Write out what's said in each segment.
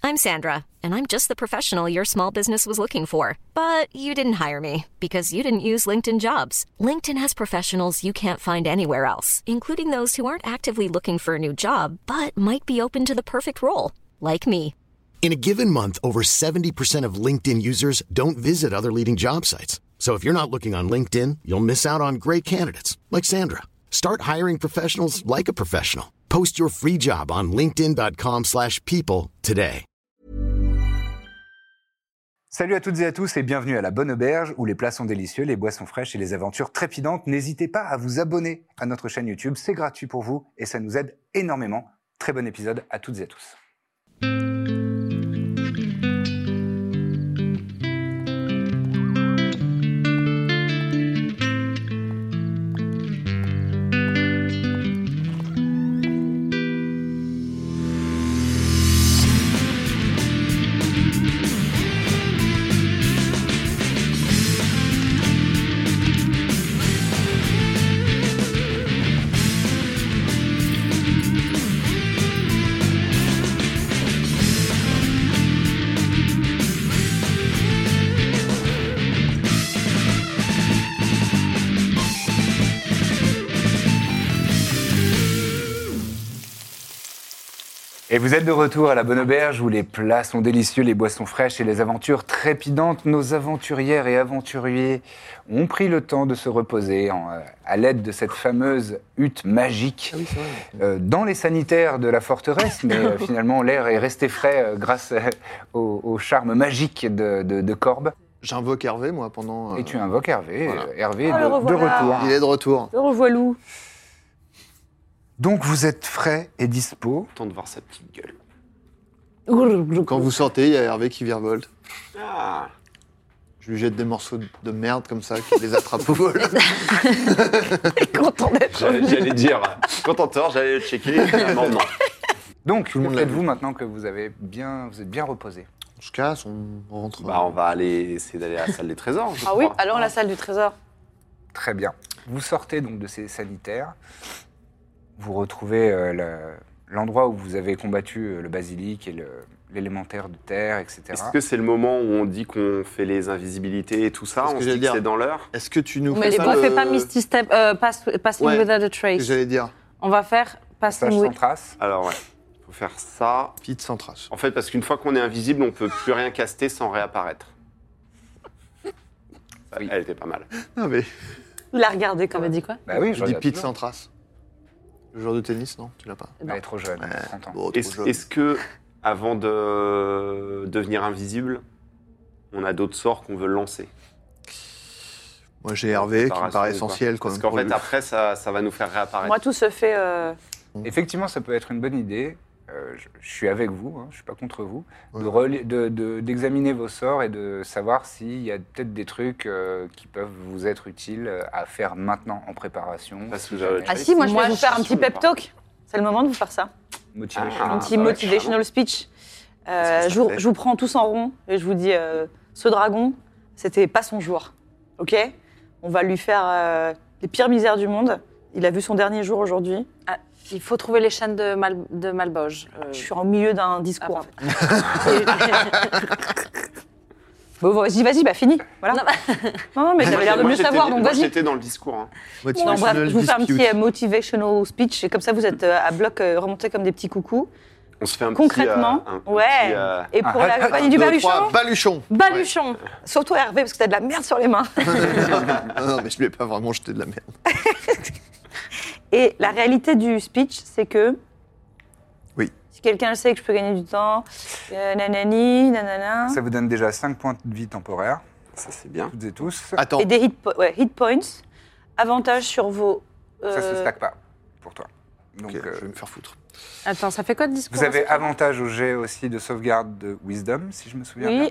I'm Sandra, and I'm just the professional your small business was looking for. But you didn't hire me because you didn't use LinkedIn Jobs. LinkedIn has professionals you can't find anywhere else, including those who aren't actively looking for a new job, but might be open to the perfect role, like me. In a given month, over 70% of LinkedIn users don't visit other leading job sites. So if you're not looking on LinkedIn, you'll miss out on great candidates like Sandra. Start hiring professionals like a professional. Post your free job on linkedin.com/people today. Salut à toutes et à tous et bienvenue à la Bonne Auberge où les plats sont délicieux, les boissons fraîches et les aventures trépidantes. N'hésitez pas à vous abonner à notre chaîne YouTube, c'est gratuit pour vous et ça nous aide énormément. Très bon épisode à toutes et à tous. Et vous êtes de retour à la Bonne Auberge où les plats sont délicieux, les boissons fraîches et les aventures trépidantes. Nos aventurières et aventuriers ont pris le temps de se reposer à l'aide de cette fameuse hutte magique dans les sanitaires de la forteresse. Mais finalement, l'air est resté frais grâce au charme magique de Corbe. J'invoque Hervé, moi, pendant... Et tu invoques Hervé. Voilà. Hervé est de retour. Il est de retour. Le revoilou. Donc vous êtes frais et dispo. Temps de voir sa petite gueule. Quand vous sortez, il y a Hervé qui virevolte. Ah. Je lui jette des morceaux de merde comme ça, qui les attrape au vol. Content d'être J'allais dire, quand on tort, j'allais le checker. Finalement, non. Donc, le monde que l'a faites-vous vu. maintenant que vous êtes bien reposé? On se casse, on rentre. Bah, on va aller essayer d'aller à la salle des trésors. je Ah oui, crois. allons à la salle du trésor. Très bien. Vous sortez donc de ces sanitaires. Vous retrouvez l'endroit où vous avez combattu le basilic et l'élémentaire de terre, etc. Est-ce que c'est le moment où on dit qu'on fait les invisibilités et tout ça? C'est ce On que se j'allais dit que dire. c'est dans l'heure? Est-ce que tu nous Mais fais on pas ne fait pas Misty Step, Passing Ouais. Without a Ce que Trace. j'allais dire. On va faire Passage Passing sans With... trace. Alors ouais, faut faire ça. Vite sans trace. En fait, parce qu'une fois qu'on est invisible, on peut plus rien caster sans réapparaître. Oui. Elle était pas mal. Non mais, Il a regardé quand il a dit quoi? Bah oui, je dis regarde Pete toujours. sans trace. Le joueur de tennis, non? Tu l'as pas? Elle est trop jeune, 30 ans. Bon, trop Est-ce jeune. est-ce que, avant de devenir invisible, on a d'autres sorts qu'on veut lancer? Moi j'ai Hervé qui me Préparation paraît ou pas? essentiel quand Parce même. qu'en pour fait, lui. après, ça va nous faire réapparaître. Moi, tout se fait... Effectivement, ça peut être une bonne idée. Je suis avec vous, je ne suis pas contre vous, Ouais. d'examiner vos sorts et de savoir s'il y a peut-être des trucs qui peuvent vous être utiles à faire maintenant en préparation. Parce que si j'avais- jamais. Ah si, moi, je vais vous faire un petit je pep talk. C'est le moment de vous faire ça. Motivation. Ah, Un petit ouais, motivational speech. Qu'est-ce que ça fait Je vous prends tous en rond et je vous dis, ce dragon, c'était pas son jour. Ok? On va lui faire les pires misères du monde. Il a vu son dernier jour aujourd'hui. Ah, il faut trouver les chaînes de Malboge. Je suis en milieu d'un discours, Ah, en fait. Bon, vas-y, bah fini. Voilà. Non, mais t'avais l'air de Moi, mieux j'étais- savoir, donc moi, vas-y. J'étais dans le discours. Hein. Non, Motivational bref, je vous fais un dispute. petit motivational speech et comme ça vous êtes à bloc remontés comme des petits coucous. On se fait un Concrètement, petit... ouais. Et pour la compagnie du Baluchon, Baluchon. Baluchon, surtout Hervé parce que t'as de la merde sur les mains. Non, mais je lui ai pas vraiment jeté de la merde. Et la réalité du speech, c'est que Oui. si quelqu'un le sait que je peux gagner du temps, nanani, nanana, Ça vous donne déjà 5 points de vie temporaire, Ça, c'est bien. toutes et tous. Attends, et des hit points, avantage sur vos... Ça se stack pas pour toi. Donc, ok, je vais me faire foutre. Attends, ça fait quoi de discours? vous avez avantage au jet aussi de sauvegarde de Wisdom, si je me souviens bien. Oui,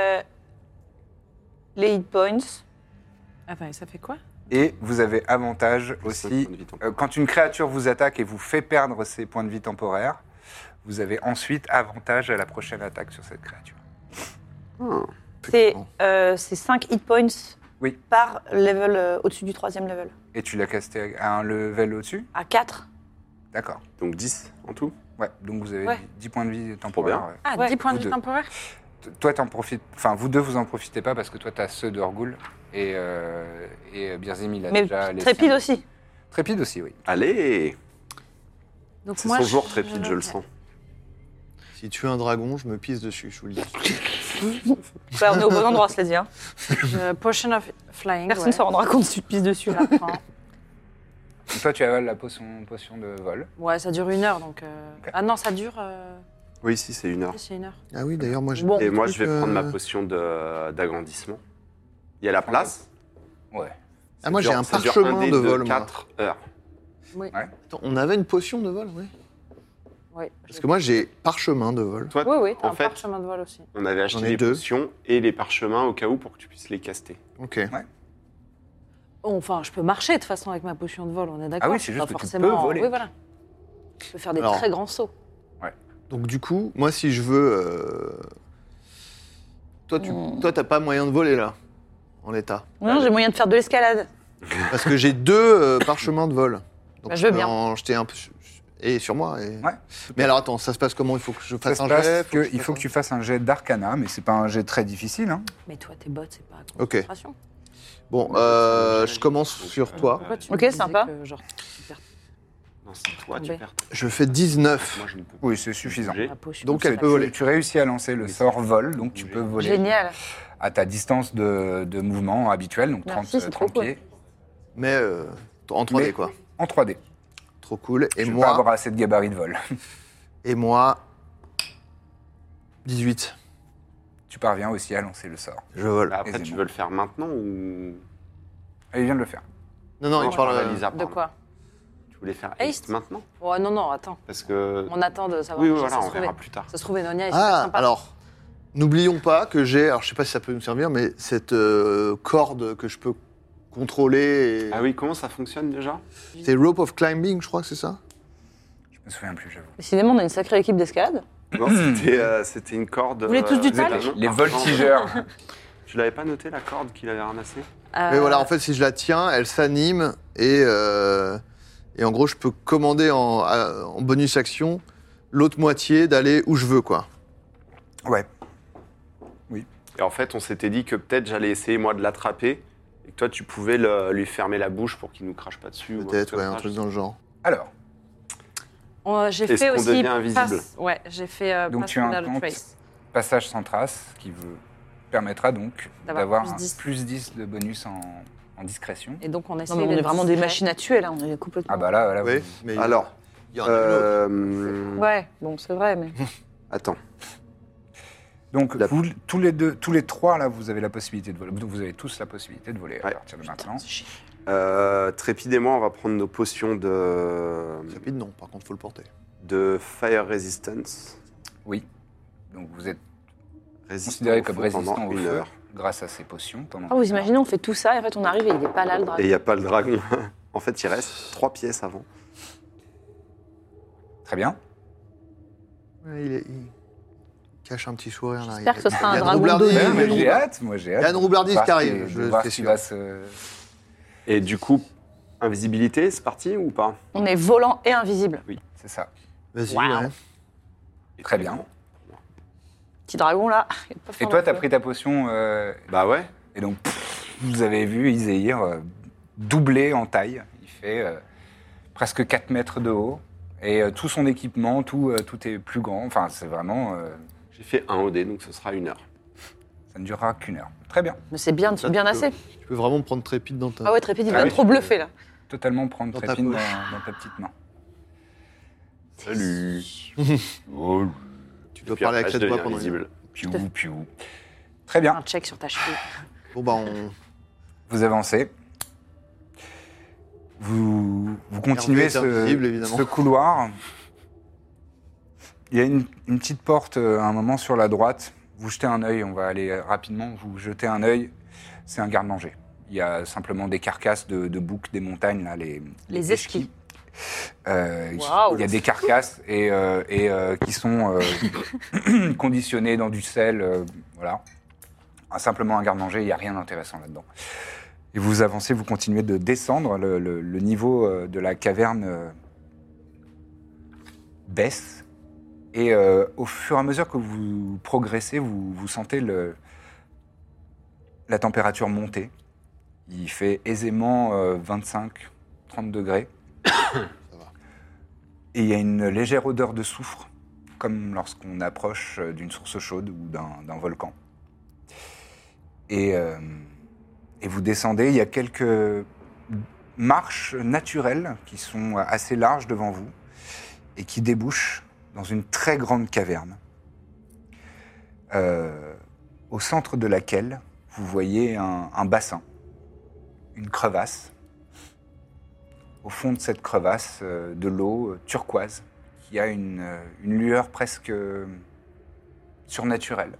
les hit points. Attends, ça fait quoi? Et vous avez avantage Cinq aussi, points de vie temporaire. quand une créature vous attaque et vous fait perdre ses points de vie temporaires, vous avez ensuite avantage à la prochaine attaque sur cette créature. C'est 5 hit points Oui. par level au-dessus du 3e level. Et tu l'as casté à un level au-dessus? À 4. D'accord. Donc 10 en tout. Ouais, donc vous avez Ouais. 10 points de vie temporaires. bien. Ouais. Ah, Ouais. 10 points de Vous vie deux. temporaires. Toi, t'en profites. Enfin, vous deux, vous en profitez pas parce que toi, t'as ceux d'Orgul et Birzim, il a Mais déjà les Trépide siens. aussi. Trépide aussi, oui. Allez, Donc c'est moi, son jour Trépide, je le sens. Si tu es un dragon, je me pisse dessus, je vous le dis. Ouais, on est au bon endroit, cela dit. Hein. Potion of Flying. Personne ouais. ne s'en rendra compte si tu te pisses dessus. Je la prends. Donc toi, tu avales la potion de vol. Ouais, ça dure 1 heure, donc... Ah non, ça dure... Oui, si, c'est 1 heure. C'est 1 heure. Ah oui, d'ailleurs, moi j'ai. Bon. Et moi, truc, je vais prendre ma potion d'agrandissement. Il y a la place. Ouais. Ah, moi j'ai un Ça dure parchemin dé de vol, moi. 4 heures. Oui. Attends, on avait une potion de vol, oui. Oui, Parce que moi j'ai parchemin de vol. Toi, oui, oui, t'as en un fait, parchemin de vol aussi. on avait J'en acheté ai les 2. potions et les parchemins au cas où pour que tu puisses les caster. Ok. Enfin, je peux marcher de toute façon avec ma potion de vol, on est d'accord. Ah oui, c'est juste pas que tu forcément... peux voler. Oui, voilà. Je peux faire des Alors. très grands sauts. Donc du coup, moi si je veux... Toi, t'as pas moyen de voler là, en l'état. Non, j'ai moyen de faire de l'escalade. Parce que j'ai 2 parchemins de vol. Donc Bah, je veux peux bien. en jeter un peu et sur moi. Et... Ouais. Mais alors attends, ça se passe comment? Il faut que je Ça fasse se un passe jet il faut que tu fasses un jet d'arcana, mais c'est pas un jet très difficile. Hein. Mais toi, tes bottes, c'est pas à Ok. concentration. Bon, je commence sur toi. Pourquoi tu Ok, me disais sympa. que, genre, tu perds Non, c'est toi, tu Tombé. perds. Je fais 19. Moi, je ne peux pas. Oui, c'est suffisant. bouger. la potion. Donc, elle Tu- peut voler. Tu réussis à lancer le sort vol, donc tu peux voler Génial. à ta distance de mouvement habituelle, donc 30, Merci, c'est trop 30 cool. pieds, Mais en 3D Mais- quoi. en 3D. Trop cool. Et Je vais pas avoir moi, assez de gabarit de vol. 18. Tu parviens aussi à lancer le sort. Je vole. Bah, après, tu aisément. veux le faire maintenant ou. Ah, il vient de le faire. Non, il je parle... parle à Lisa, De pardon. quoi Tu voulais faire Haste haste maintenant Oh non, non, attends. Parce que. On attend de savoir. Oui, si voilà, ça se on trouvait. verra plus tard. Ça se trouve, Enonia est super Ah, sympa. alors, n'oublions pas que j'ai, alors je sais pas si ça peut nous servir, mais cette corde que je peux contrôler. Et... Ah oui, comment ça fonctionne déjà C'est Rope of Climbing, je crois que c'est ça. Je me souviens plus, j'avoue. Décidément, on a une sacrée équipe d'escalade. Non, c'était une corde. Vous voulez tous du c'est tal un nom. Les Ah, voltigeurs. non. Tu l'avais pas noté la corde qu'il avait ramassée Mais voilà, en fait, si je la tiens, elle s'anime et en gros, je peux commander en bonus action l'autre moitié d'aller où je veux, quoi. Ouais. Et en fait, on s'était dit que peut-être j'allais essayer moi de l'attraper et que toi tu pouvais lui fermer la bouche pour qu'il nous crache pas dessus. ou Peut-être, ouais, un comme ça. truc dans le genre. Alors, J'ai Est-ce fait qu'on aussi. devient invisible Ouais, j'ai fait. Donc Pass tu as un Without a compte. Trace. passage sans trace qui vous permettra donc D'avoir d'avoir plus un 10. plus 10 de bonus en discrétion. Et donc, on essaie Non, mais on est d'être vraiment des discret. machines à tuer, là. On est complètement. Ah bah là, voilà. Oui, vous- mais Alors, il y en a une autre. Ouais, bon, c'est vrai, mais. attends. Donc La- vous, tous les trois là, vous avez la possibilité de voler. Vous avez tous la possibilité de voler à Ouais. partir de maintenant. Trépide et moi, on va prendre nos potions Rapide, non, par contre, faut le porter. de Fire Resistance. Oui. Donc vous êtes Résistant considéré au comme feu résistant pendant au une feu heure. grâce à ces potions. Pendant Ah, vous imaginez, on fait tout ça, et en fait, on arrive et il n'est pas là, le Et dragon. il n'y a pas le dragon. En fait, il reste 3 pièces avant. Très bien. Ouais, il cache un petit sourire là. J'espère que ce sera un Yann dragon Roublardi, d'eau. Mais mais j'ai hâte, moi j'ai hâte. Yann Roublardis Voir qui ce arrive, de je voir fais ce qui sûr. va se... Et du coup, invisibilité, c'est parti ou pas On est volant et invisible. C'est ça. Vas-y, Waouh. ouais. Très bien. Petit dragon, là. il va pas Et faire toi, long t'as feu. pris ta potion Bah ouais. et donc vous avez vu Izehir doubler en taille. Il fait presque 4 mètres de haut. Et tout son équipement, tout est plus grand. Enfin, c'est vraiment... J'ai fait un OD, donc ce sera 1 heure. ça ne durera qu'une heure. Très bien. Mais c'est bien, bien assez. Tu peux vraiment me prendre Trépide dans ta... Ah ouais, Trépide, il Ah va oui, trop tu peux. bluffer, là. Totalement prendre Dans ta Trépine dans, poche. dans ta petite main. Salut. Tu dois parler avec cette voix pendant une heure. invisible. Piou, piou. Très bien. Un check sur ta cheville. Bon, bah, on... Vous avancez. Vous continuez est invisible, évidemment. ce couloir. Il y a une petite porte à un moment sur la droite. Vous jetez un œil, on va aller rapidement. Vous jetez un œil, c'est un garde-manger. Il y a simplement des carcasses de boucs des montagnes, là, Les esquis. Il y a des carcasses et qui sont conditionnées dans du sel. Voilà. Simplement un garde-manger, il n'y a rien d'intéressant là-dedans. Et vous avancez, vous continuez de descendre. Le niveau de la caverne baisse Et au fur et à mesure que vous progressez, vous sentez la température monter. Il fait aisément 25-30 degrés. Et il y a une légère odeur de soufre, comme lorsqu'on approche d'une source chaude ou d'un volcan. Et vous descendez, il y a quelques marches naturelles qui sont assez larges devant vous et qui débouchent dans une très grande caverne, au centre de laquelle vous voyez un bassin, une crevasse. Au fond de cette crevasse, de l'eau turquoise, qui a une lueur presque surnaturelle.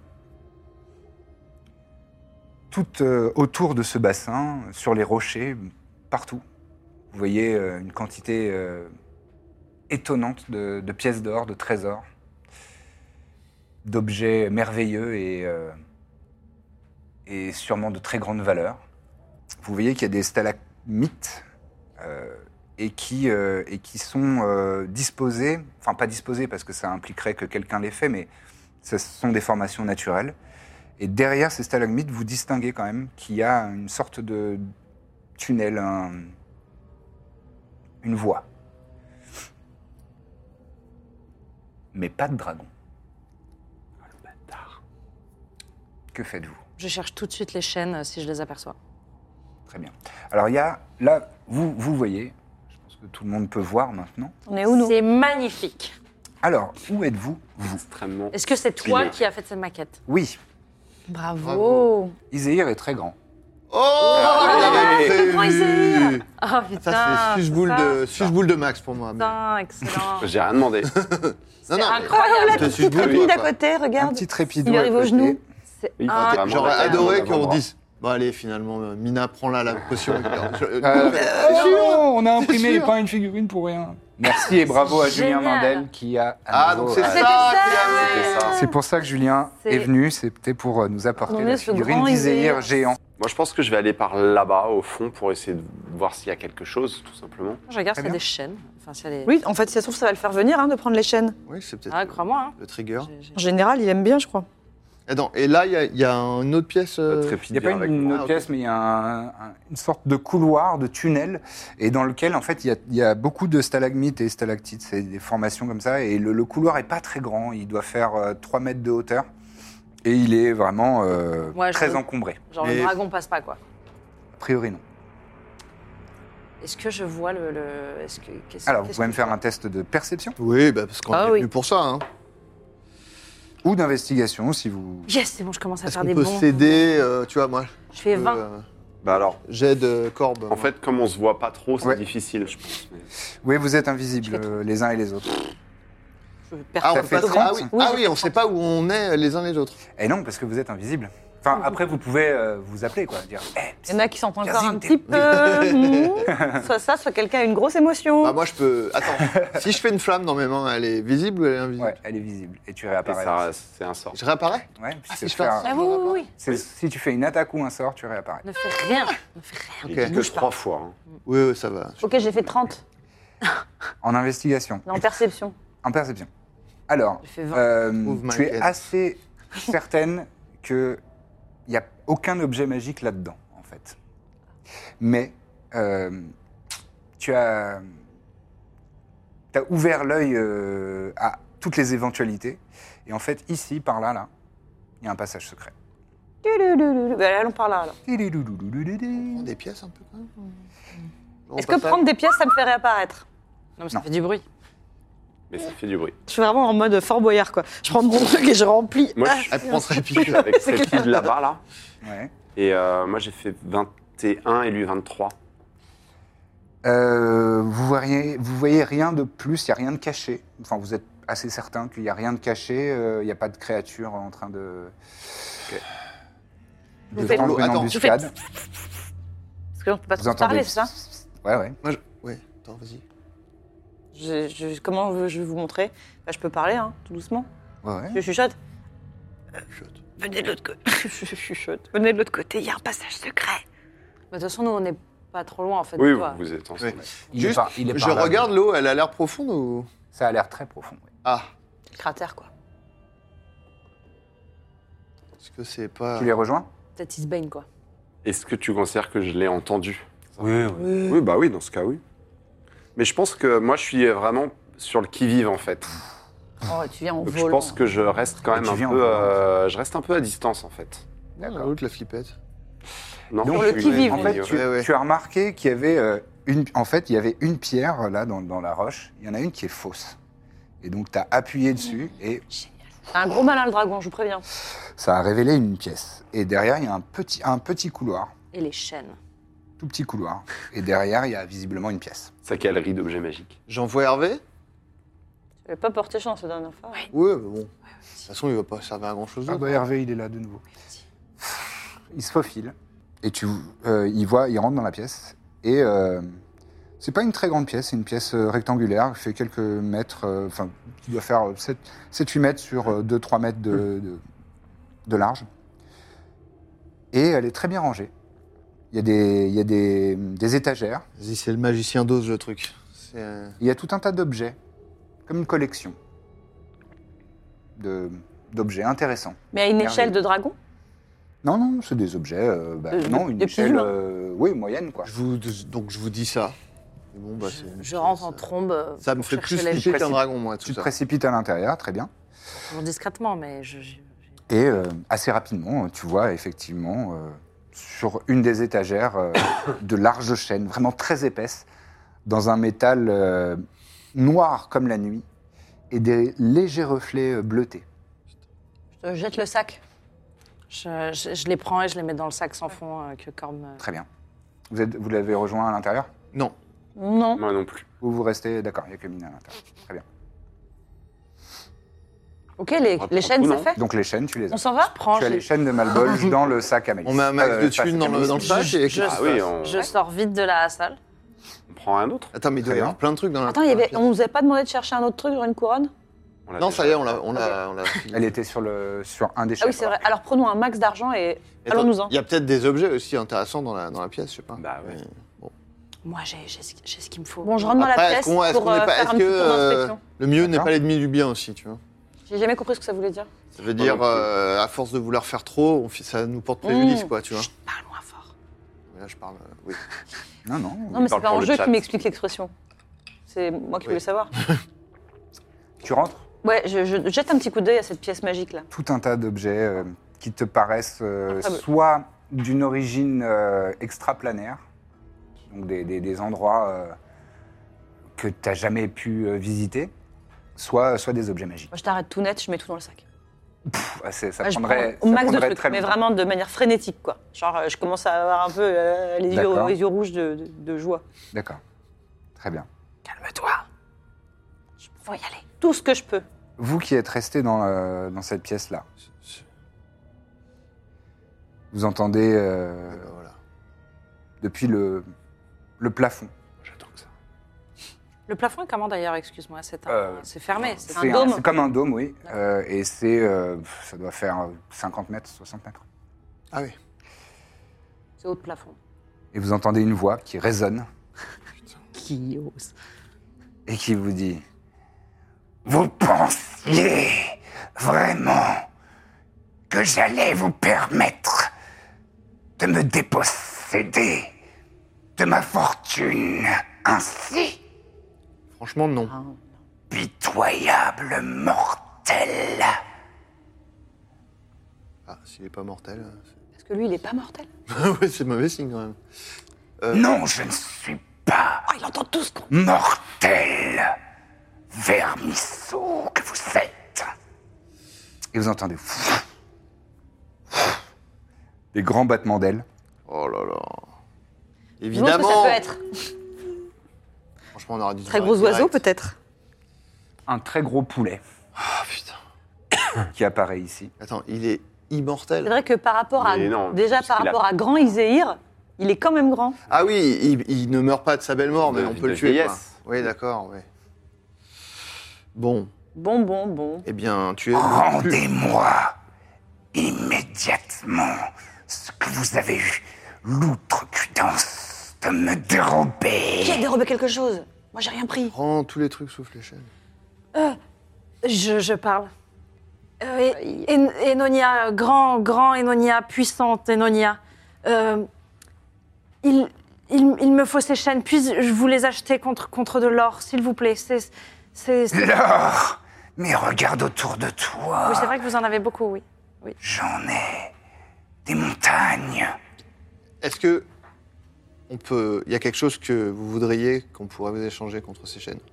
Tout autour de ce bassin, sur les rochers, partout, vous voyez une quantité étonnante de pièces d'or, de trésors, d'objets merveilleux et sûrement de très grande valeur. Vous voyez qu'il y a des stalagmites et qui sont disposés, enfin pas disposés parce que ça impliquerait que quelqu'un les fait, mais ce sont des formations naturelles. Et derrière ces stalagmites, vous distinguez quand même qu'il y a une sorte de tunnel, une voie. Mais pas de dragon. Ah, le bâtard. Que faites-vous? Je cherche tout de suite les chaînes si je les aperçois. Très bien. Alors il y a, là, vous voyez, je pense que tout le monde peut voir maintenant. On est où, nous? C'est magnifique. Alors, où êtes-vous, vous? Extrêmement. Est-ce que c'est toi Stylé. qui as fait cette maquette? Oui, Bravo. Iséir est très grand. Oh, il avait comment il s'est prévu. dit Oh putain. Ça, c'est suce-boule de Max pour moi. mais- Putain, excellent. J'ai rien demandé. Non, non, mais- incroyable. te suce-boule, Trépide toi, à quoi. côté, Un regarde. petit trépido Il à arrive au côté. genou. C'est Oui, un- vraiment. J'aurais Ouais, adoré vraiment. qu'on dise bon, allez, finalement, Mina, prends-la la potion. Oh, on a imprimé sûr. les pains et une figurine pour rien. Merci et bravo à Julien Génial. Mandel qui a. Ah, donc c'est ça C'était qui ça, a C'était ça. C'est pour ça que Julien C'est- est venu, c'était pour nous apporter On la est ce figurine grand d'Iséir Iséir. géant. Moi, je pense que je vais aller par là-bas, au fond, pour essayer de voir s'il y a quelque chose, tout simplement. Je regarde Très s'il y a bien. des chaînes. Enfin, s'il y a des... Oui, en fait, si ça se trouve, ça va le faire venir de prendre les chaînes. Oui, c'est peut-être Ah, crois-moi. Hein. le trigger. En général, il aime bien, je crois. Et là, il y a une autre pièce. Il n'y a pas une autre pièce, mais il y a une sorte de couloir, de tunnel, et dans lequel, en fait, il y a beaucoup de stalagmites et stalactites, c'est des formations comme ça, et le couloir n'est pas très grand, il doit faire 3 mètres de hauteur, et il est vraiment Ouais, très je- encombré. Genre Mais- le dragon passe pas, quoi. A priori, non. Est-ce que je vois le... Est-ce que... Alors, vous pouvez me faire un test de perception, Oui, bah, parce qu'on Ah est oui. venu pour ça. Hein. ou d'investigation, si vous... Yes, c'est bon, je commence à Est-ce faire qu'on des peut bons. s'aider Tu vois, moi. Je fais 20. Bah alors, J'aide Corbe. en fait, comme on se voit pas trop, c'est Ouais. difficile, je pense. mais- Oui, vous êtes invisibles les uns et les autres. Je Ah, on Ça peut fait pas 30. ah oui, Oui, ah j'ai oui, fait on sait pas où on est les uns les autres. Et non, parce que vous êtes invisibles. Enfin, après, vous pouvez vous appeler, quoi, dire « Il y en a qui sont encore Yazine, un t'es- petit peu. Soit ça, soit quelqu'un a une grosse émotion. Bah, moi, je peux. Attends, si je fais une flamme dans mes mains, elle est visible ou elle est invisible Ouais, elle est visible, et tu Et réapparais. ça, c'est un sort. Je réapparais Ouais, Ah, c'est si je fais un faire- sort, Ah oui, oui, oui. si tu fais une attaque ou un sort, tu réapparais. Ne fais rien. Ne fais rien. Il Ok. dit que 3 fois. hein. Oui, oui, ça va. Ok, j'ai fait 30 En investigation, en perception. en perception. Alors, J'ai fait 20. Move my tu es head. assez certaine qu'il n'y a aucun objet magique là-dedans, en fait. Mais tu as ouvert l'œil à toutes les éventualités. Et en fait, ici, par là, il y a un passage secret. Bah, allons par là, alors. Prends des pièces un peu quand même. Est-ce que prendre des pièces, ça me fait réapparaître? Non, mais ça Non. fait du bruit. Mais ça fait du bruit. Je suis vraiment en mode Fort Boyard, quoi. Je prends mon truc et je remplis. Moi, Ah, je suis Elle prend très je suis avec C'est cette clair. fille là-bas, là. Ouais. Et moi, j'ai fait 21 et lui 23. Vous voyez rien de plus, il n'y a rien de caché. Enfin, vous êtes assez certain qu'il n'y a rien de caché, il n'y a pas de créature en train de Vous faites- tendre une Attends, embuscade. Parce qu'on peut pas Vous trop entendez parler, c'est ça? Ouais, ouais. Moi, ouais, attends, vas-y. Comment je vais vous montrer? Bah, je peux parler, hein, tout doucement. Ouais, ouais. Je chuchote. Chut. Venez de l'autre côté. Je chuchote. Venez de l'autre côté, il y a un passage secret. Bah, de toute façon, nous, on n'est pas trop loin, en fait, Oui, de vous, toi. vous êtes ensemble. Oui. Il est Juste, par- il est je par là. regarde l'eau, elle a l'air profonde ou Ça a l'air très profond. oui. Ah, Cratère, quoi. Est-ce que c'est pas... Tu les rejoins? Peut-être il se baigne, quoi. Est-ce que tu considères que je l'ai entendu? Oui. Oui, bah oui, dans ce cas, oui. Mais je pense que moi, je suis vraiment sur le qui-vive, en fait. Oh, tu viens en Donc, volant. je pense que je reste quand Et même tu un viens en peu... volant. je reste un peu à distance, en fait. D'accord. L'autre, la flippette. Non, Donc, je le suis- qui-vive. En fait, Ouais. Ouais. tu as remarqué qu'il y avait il y avait une pierre là dans la roche. Il y en a une qui est fausse. Et donc, tu as appuyé dessus et C'est un gros malin, le dragon, je vous préviens. ça a révélé une pièce. Et derrière, il y a un petit couloir, Et les chaînes. tout petit couloir. Et derrière, il y a visiblement une pièce. Sa galerie d'objets magiques. J'envoie Hervé? Tu n'avais pas porté chance la dernière fois. Ouais, mais bon. De toute façon, il va pas servir à grand-chose Ah d'autre. bah Hervé, il est là de nouveau. Il se faufile. Et il rentre dans la pièce. Et c'est pas une très grande pièce, c'est une pièce rectangulaire, qui fait quelques mètres, qui doit faire 7-8 mètres sur 2-3 mètres de large. Et elle est très bien rangée. Il y a des étagères. Vas-y, c'est le magicien d'Oz, le truc. C'est... Il y a tout un tas d'objets, comme une collection d'objets intéressants. Mais à une Merveilleux. échelle de dragon. Non, c'est des objets, non, une des petits échelle, humains. oui, moyenne, quoi. Donc, je vous dis ça. Et bon, bah, c'est une Je pièce, rentre en trombe. Ça me pour fait chercher plus les- flipper qu'un précipites. dragon, moi, tout Tu te ça. précipites à l'intérieur, très bien. Toujours discrètement, mais Et assez rapidement, tu vois effectivement sur une des étagères de larges chaînes, vraiment très épaisses, dans un métal noir comme la nuit, et des légers reflets bleutés. Je te jette le sac. je les prends et je les mets dans le sac sans fond que Corbe me... Très bien. Vous l'avez rejoint à l'intérieur? Non. Non. Moi non plus. Ou vous restez... D'accord, il n'y a que Mina à l'intérieur. Très bien. Ok, les prend chaînes, tout, c'est non fait. Donc les chaînes, tu les as. On s'en va. Prends, Tu as je, les chaînes de Malbolge dans le sac à Mélisse. On met un max de sac thunes à dans le Mélisse. sac et... je- Ah oui, on, je sors vite de la salle. on prend un autre. Attends, mais il doit y Très avoir plein de trucs dans la... Attends, on nous avait pas demandé de chercher un autre truc sur une couronne? On l'a Non, déjà ça y est, fait. on l'a fini. Elle était sur un des Ah chefs. oui, c'est vrai. Alors prenons un max d'argent et Attends, allons-nous-en. Il y a peut-être des objets aussi intéressants dans la pièce, je sais pas. Bah ouais. Moi, j'ai ce qu'il me faut. Bon, je rentre dans la Après, pièce est-ce qu'on est pour pas... faire un Est-ce petit tour que d'inspection. le mieux n'est D'accord. pas l'ennemi du bien aussi, tu vois? J'ai jamais compris ce que ça voulait dire. Ça veut dire, non plus. à force de vouloir faire trop, ça nous porte préjudice, quoi, tu vois. Parle moins fort. Mais là, je parle... oui. Non. Non, mais c'est parle pas pour en le jeu chat. qui m'explique l'expression. C'est moi qui Oui. voulais savoir. Tu rentres? Ouais, je jette un petit coup d'œil à cette pièce magique là. Tout un tas d'objets qui te paraissent Incroyable. soit d'une origine extraplanaire, donc des endroits que tu n'as jamais pu visiter, soit des objets magiques. Moi, je t'arrête tout net, je mets tout dans le sac. Ça Ouais, je prendrait, prends au ça max de prendrait trucs, très mais longtemps. vraiment de manière frénétique, quoi. Genre, je commence à avoir un peu D'accord. les yeux rouges de joie. D'accord. Très bien. Calme-toi. Faut y aller. Tout ce que je peux. Vous qui êtes resté dans cette pièce-là, vous entendez Voilà. depuis le plafond. J'attends que ça. Le plafond est comment d'ailleurs, excuse-moi? C'est fermé. C'est un dôme. C'est comme un dôme, oui. Et ça doit faire 50 mètres, 60 mètres. Ah oui. C'est haut de plafond. Et vous entendez une voix qui résonne Qui ose? et qui vous dit « Vous pensiez vraiment que j'allais vous permettre de me déposséder de ma fortune ainsi, Franchement, non. pitoyable mortel ?» Ah, s'il est pas mortel... Parce que lui, il est pas mortel. ouais, c'est mauvais signe, quand même. Non, je ne suis pas Oh, il entend tout ce qu'on... mortel, vermisseau que vous êtes. Et vous entendez des grands battements d'ailes. Oh là là. Dis-moi ce que Évidemment. ça peut être. Franchement, on aurait dû... Très gros oiseau, peut-être. Un très gros poulet Ah, putain. qui apparaît ici. Attends, il est C'est immortel. vrai que par rapport à... Mais non, déjà, parce par qu'il a- rapport à Grand Iséir, il est quand même grand. Ah oui, il ne meurt pas de sa belle mort, mais De- on peut de le tuer, quoi. vieillesse. Oui, d'accord, oui. Bon, Bon. eh bien, tu es... Rendez-moi immédiatement ce que vous avez eu l'outrecuidance de me dérober. Qui a dérobé quelque chose? Moi, j'ai rien pris. Prends tous les trucs sauf les chaînes. Je parle. Enonia, grand Enonia, puissante Enonia. Il me faut ces chaînes, puis-je vous les acheter contre de l'or, s'il vous plaît. L'or! Mais regarde autour de toi. Oui, c'est vrai que vous en avez beaucoup, oui. J'en ai des montagnes. Est-ce que il y a quelque chose que vous voudriez qu'on pourrait vous échanger contre ces chaînes?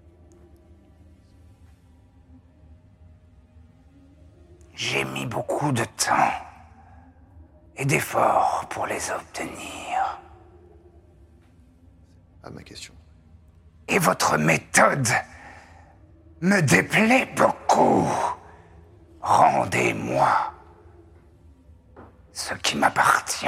J'ai mis beaucoup de temps et d'efforts pour les obtenir. Ah, ma question. Et votre méthode me déplaît beaucoup. Rendez-moi ce qui m'appartient.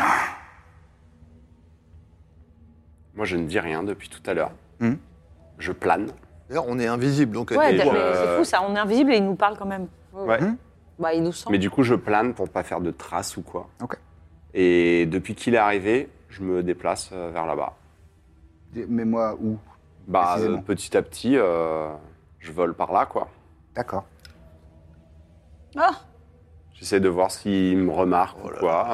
Moi, je ne dis rien depuis tout à l'heure. Je plane. D'ailleurs, on est invisible, donc... Ouais, Et, c'est fou ça, on est invisible et il nous parle quand même. Ouais. Bah, il nous sent. Mais du coup, je plane pour pas faire de traces ou quoi. Ok. Et depuis qu'il est arrivé, je me déplace vers là-bas. Mais moi, où? Bah, Précisément. petit à petit, je vole par là, quoi. D'accord. Ah, J'essaie de voir s'il me remarque ou quoi.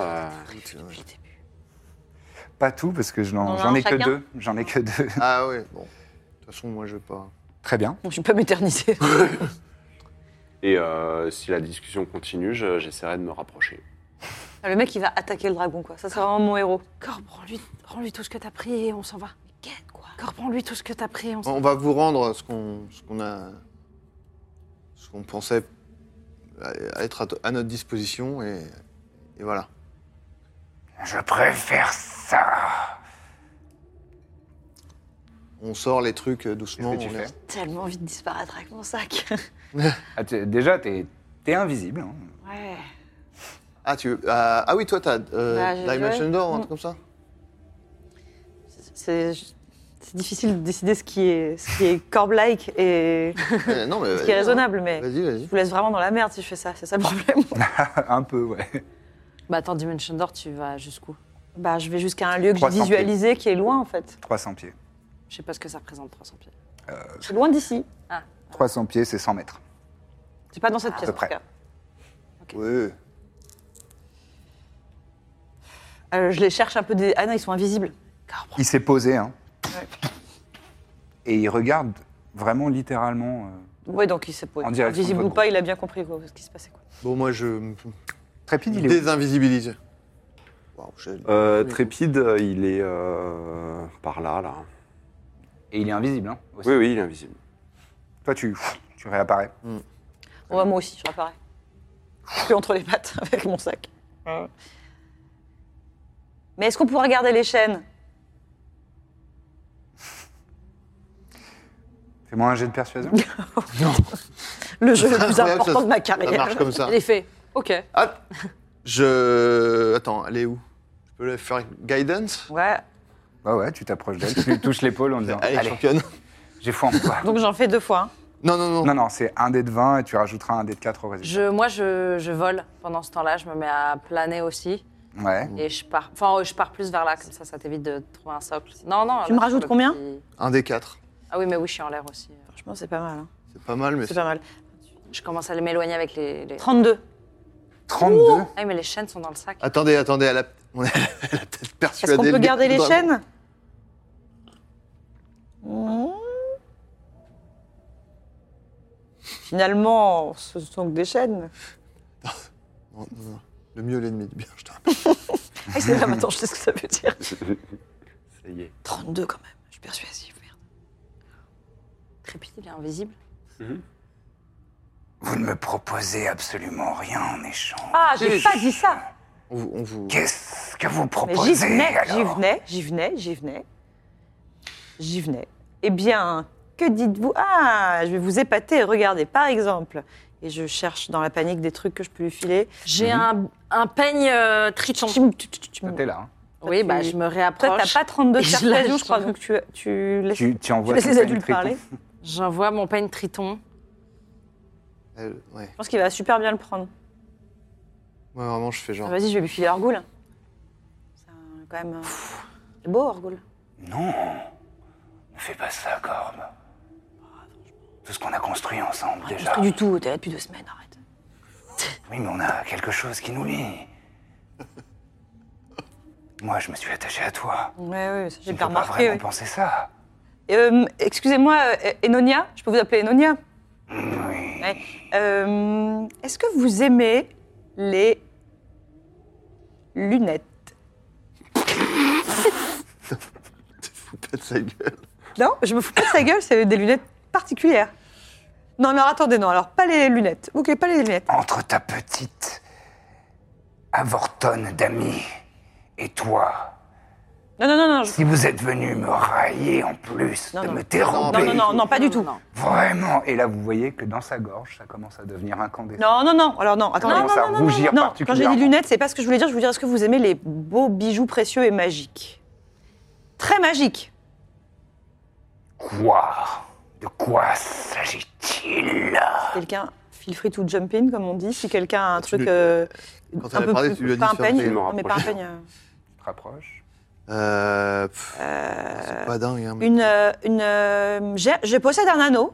Pas tout, parce que On en a j'en ai un que chacun. 2. J'en ai que 2. Ah ouais, bon. De toute façon, moi, je vais pas... Très bien. je vais pas m'éterniser. Et si la discussion continue, j'essaierai de me rapprocher. Le mec, il va attaquer le dragon, quoi. Ça, c'est vraiment mon héros. Corbe, rends-lui tout ce que t'as pris et on s'en va. Quête, quoi. Corbe, rends-lui tout ce que t'as pris et on s'en va. On va vous rendre ce qu'on pensait être à notre disposition, et voilà. Je préfère ça. On sort les trucs doucement. Qu'est-ce que tu on les- fais? Tellement envie de disparaître avec mon sac. Déjà, t'es invisible. Hein. Ouais. Ah, ah oui, toi, t'as j'ai Dimension joué. Door, un truc comme ça? C'est difficile de décider ce qui est corbe-like et Non, mais ce qui est raisonnable, mais Vas-y. je vous laisse vraiment dans la merde si je fais ça. C'est ça le problème. Un peu, ouais. Bah, attends, Dimension Door, tu vas jusqu'où? Bah, je vais jusqu'à un lieu que j'ai 300 visualisé qui est loin, en fait. 300 pieds. Je sais pas ce que ça représente, 300 pieds. C'est loin d'ici. 300 pieds, c'est 100 mètres. C'est pas dans cette pièce, peu en tout près. cas. Oui. Je les cherche un peu des... Ah non, ils sont invisibles. Il s'est posé, hein. Ouais. Et il regarde vraiment littéralement. Ouais, donc il s'est posé. En direction de Invisible votre ou pas, il a bien compris quoi, ce qui se passait. Quoi. Bon, moi, je me Trépide, il est où? désinvisibilise. Waouh, Trépide, il est par là. Et il est invisible, hein. Aussi. Oui, il est invisible. Toi, tu réapparais. Ouais, moi aussi, je réapparais. Je suis entre les pattes avec mon sac. Mais est-ce qu'on pourrait regarder les chaînes? Fais-moi un jet de persuasion. Le jeu le plus Incroyable, important de ma Ça carrière. marche comme ça. Elle est fait. Ok. Ah, Attends, elle est où? Je peux la faire guidance? Ouais, Ouais, tu t'approches d'elle, tu lui touches l'épaule en disant Allez, Allez, championne. j'ai foi en toi. donc j'en fais 2 fois. Hein. Non. Non, c'est un dé de 20 et tu rajouteras un dé de 4 au résultat. Moi, je vole pendant ce temps-là. Je me mets à planer aussi. Ouais. Et je pars. Enfin, je pars plus vers là, comme ça t'évite de trouver un socle. Non. Tu là, me rajoutes je combien petit- Un des 4. Ah oui, mais oui, je suis en l'air aussi. Franchement, c'est pas mal. Hein. C'est pas mal, mais C'est pas mal. Je commence à m'éloigner avec les... 32. 32. Ah, mais les chaînes sont dans le sac. Attendez, elle a peut-être persuadé. Est-ce qu'on peut le garder les dragon. chaînes Finalement, ce sont que des chaînes. Non. Le mieux, l'ennemi du bien, je te rappelle. Ah, c'est là maintenant, je sais ce que ça veut dire. Ça y est. 32 quand même, je suis persuasive, merde. Trépide, il est invisible. Vous ne me proposez absolument rien en échange. Ah, j'ai pas dit ça. On vous... Qu'est-ce que vous Mais proposez j'y venais. Eh bien, que dites-vous? Ah, je vais vous épater. Regardez, par exemple. Et je cherche dans la panique des trucs que je peux lui filer. J'ai un peigne triton. T'es là. Hein. Oui, bah je me réapproche. Toi, t'as pas 32 Et de je persuasion, lâche. je crois, donc tu laisses, Tu envoies laisses ton les peigne adultes triton. parler. J'envoie mon peigne triton. Ouais. Je pense qu'il va super bien le prendre. Ouais, vraiment, je fais genre... Vas-y, je vais lui filer Orgul. C'est quand même... C'est beau, Orgul. Non, ne fais pas ça, Corbe. Tout ce qu'on a construit ensemble, déjà. Pas du tout, t'es là depuis 2 semaines, arrête. Oui, mais on a quelque chose qui nous lie. Moi, je me suis attaché à toi. Ouais, ça, Tu j'ai ne bien peux pas remarqué. vraiment penser ça. Excusez-moi, Enonia, je peux vous appeler Enonia? Oui. Ouais. Est-ce que vous aimez les lunettes? Pas de sa gueule. Non, je me fous pas de sa gueule, c'est des lunettes particulières. Non, alors attendez, non, alors pas les lunettes. Ok, pas les lunettes. Entre ta petite avortonne d'amis et toi, Non, si vous êtes venu me railler en plus, Non, de non. me dérober... non, pas du tout. Vraiment. Et là, vous voyez que dans sa gorge, ça commence à devenir incandescent. Non, alors non, attendez. commence à rougir Non, quand j'ai particulièrement. dit lunettes, c'est pas ce que je voulais dire. Je voulais dire, est-ce que vous aimez les beaux bijoux précieux et magiques? Très magiques. Quoi? De quoi s'agit-il? Quelqu'un, feel free to jump in, comme on dit. Si quelqu'un a un truc Quand un elle a peu parlé, plus... tu lui as dit Pas un de faire peigne, des- non, mais pas un peigne. Tu te rapproches. C'est pas dingue. Hein, mais- Je possède un anneau.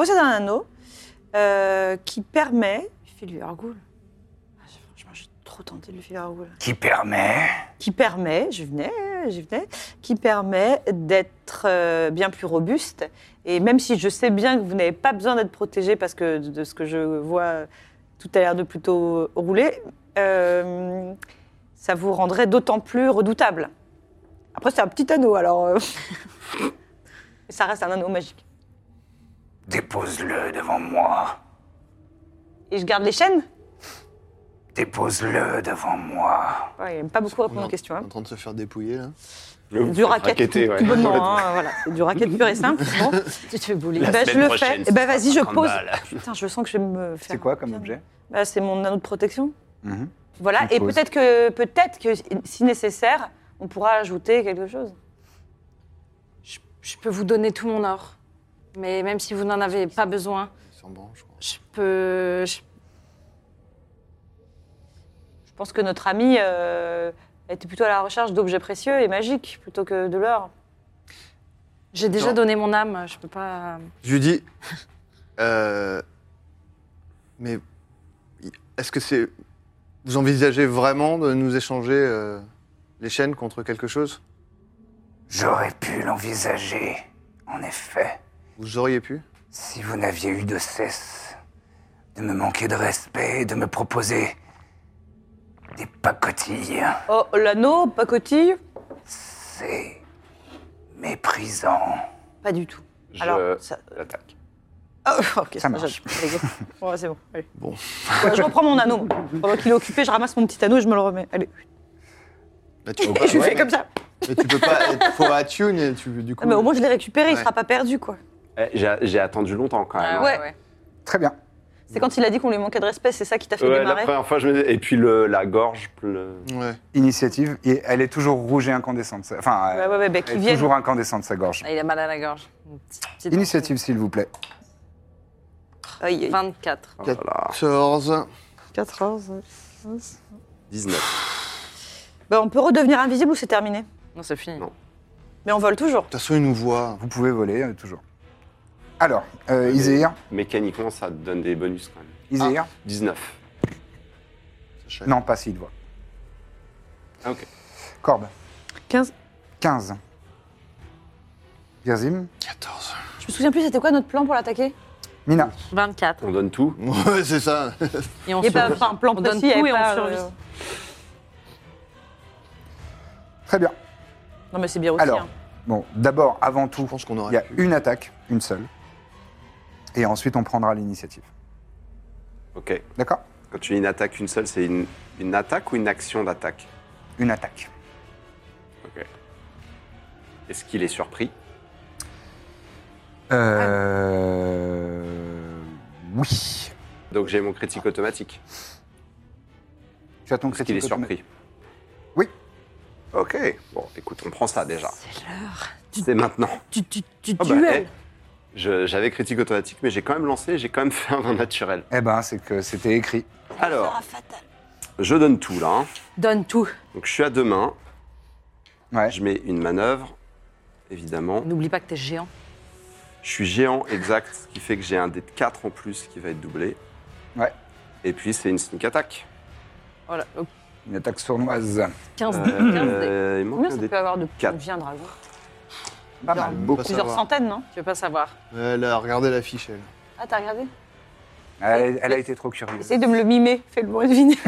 Qui permet... Fais-lui Argoul. Franchement, je suis trop tentée de lui faire Argoul. Qui permet... Qui permet, j'y venais, qui permet d'être bien plus robuste. Et même si je sais bien que vous n'avez pas besoin d'être protégé parce que de ce que je vois, tout a l'air de plutôt rouler, ça vous rendrait d'autant plus redoutable. Après, c'est un petit anneau, alors... ça reste un anneau magique. Dépose-le devant moi. Et je garde les chaînes? Dépose-le devant moi. Ouais, il n'aime pas beaucoup répondre aux questions. En train de se faire dépouiller, là. Du racket, tout, tout bonnement, hein, voilà. C'est du racket pur et simple. Bon. Tu te fais bouler. La Bah, je semaine le prochaine, fais. Et ben ce vas-y, je sera 50 pose. balles. Putain, je sens que je vais me faire... C'est quoi comme objet? Bah, c'est mon anneau de protection. Mhm. Voilà, Tu et poses. peut-être que, si nécessaire, on pourra ajouter quelque chose. Je peux vous donner tout mon or. Mais même si vous n'en avez pas besoin, Il s'en branle, je crois. je peux... Je pense que notre ami était plutôt à la recherche d'objets précieux et magiques plutôt que de l'or. J'ai déjà Non. donné mon âme, je peux pas... Je lui dis. Mais est-ce que c'est. Vous envisagez vraiment de nous échanger les chaînes contre quelque chose? J'aurais pu l'envisager, en effet, Vous auriez pu? si vous n'aviez eu de cesse de me manquer de respect et de me proposer des pacotilles. Oh, l'anneau, pacotille? C'est méprisant. Pas du tout. Je Alors, ça... l'attaque. Oh, ok, Ça marche. Ouais, c'est bon. Allez. Bon. Ouais, je reprends mon anneau. Pendant qu'il est occupé, je ramasse mon petit anneau et je me le remets. Allez. Là, tu peux Et pas. je lui ouais, fais comme ça. mais tu peux pas être faux attune et du coup. Ah, mais au moins, je l'ai récupéré, il Ouais. sera pas perdu, quoi. J'ai attendu longtemps quand même. Ouais. Très bien. C'est quand il a dit qu'on lui manquait de respect, c'est ça qui t'a fait Ouais, la démarrer? première fois, et puis la gorge. Ouais. Initiative, et elle est toujours rouge et incandescente. Enfin, Ouais, bah, elle qu'ils est viennent. toujours incandescente, sa gorge. Ah, il a mal à la gorge. Une petite- Initiative, s'il vous plaît. Aïe, aïe. 24. Voilà. 14. 14. 19. Bah, on peut redevenir invisible ou c'est terminé? Non, c'est fini. Non. Mais on vole toujours. De toute façon, il nous voit. Vous pouvez voler, toujours. Alors, Iséir. Mécaniquement, ça te donne des bonus quand même. Iséir. 19. Non, pas s'il voit. Ah, ok. Corbe. 15. 15. Birzim. 14. Je me souviens plus, c'était quoi notre plan pour l'attaquer? Mina. 24. On donne tout. Ouais, c'est ça. Et on Il n'y a survit. pas un plan On donne précis, tout il y et avait on pas, survit. Très bien. Non, mais c'est bien aussi. Alors, hein. bon, d'abord, avant tout, Je pense qu'on il y aurait a pu. une attaque, une seule. Et ensuite, on prendra l'initiative. Ok. D'accord? Quand tu dis une attaque, une seule, c'est une attaque ou une action d'attaque? Une attaque. Ok. Est-ce qu'il est surpris? Oui. Donc j'ai mon critique automatique. Tu as ton Est-ce qu'il critique est automatique. surpris? Oui. Ok. Bon, écoute, on prend ça déjà. C'est l'heure C'est maintenant. du Ah bah, duel. j'avais critique automatique, mais j'ai quand même lancé, j'ai quand même fait un vin naturel. Eh ben, c'est que c'était écrit. Alors, je donne tout là. Hein. Donne tout. Donc je suis à deux mains. Ouais. Je mets une manœuvre, évidemment. N'oublie pas que t'es géant. Je suis géant exact, ce qui fait que j'ai un dé de 4 en plus qui va être doublé. Ouais. Et puis c'est une sneak attack. Voilà. Une attaque sournoise. 15 dés. 15 dés. Il manque Combien un ça dé. peut avoir de Quatre. points de dragon Pas mal. Beaucoup. Plusieurs centaines, non Tu veux pas savoir. Elle a regardé l'affiche, elle. Ah, t'as regardé Elle a été trop curieuse. Essaye de me le mimer, fais le bruit deviner.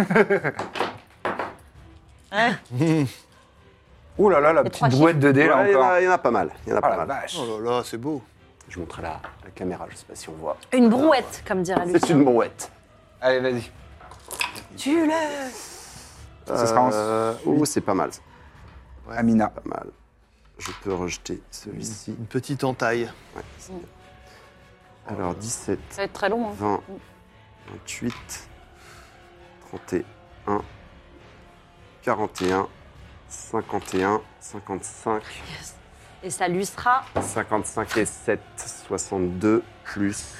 Ouais. Ouh là là, la Et petite 3 brouette de dés là Ouais, encore. il y en a pas mal. Il y en a Oh pas la mal. vache. Oh là là, c'est beau. Je montrerai la caméra, je sais pas si on voit. Une brouette, comme dirait Lucien. C'est une brouette. Allez, vas-y. Tu l'as. Ça sera en Oh, c'est pas mal. Amina. Pas mal. Je peux rejeter celui-ci. Une petite entaille. Ouais, c'est bien. Alors 17, Ça va être très long. Hein. 20, 28, 31, 41, 51, 55, Et ça lui sera 55 et 7, 62, plus...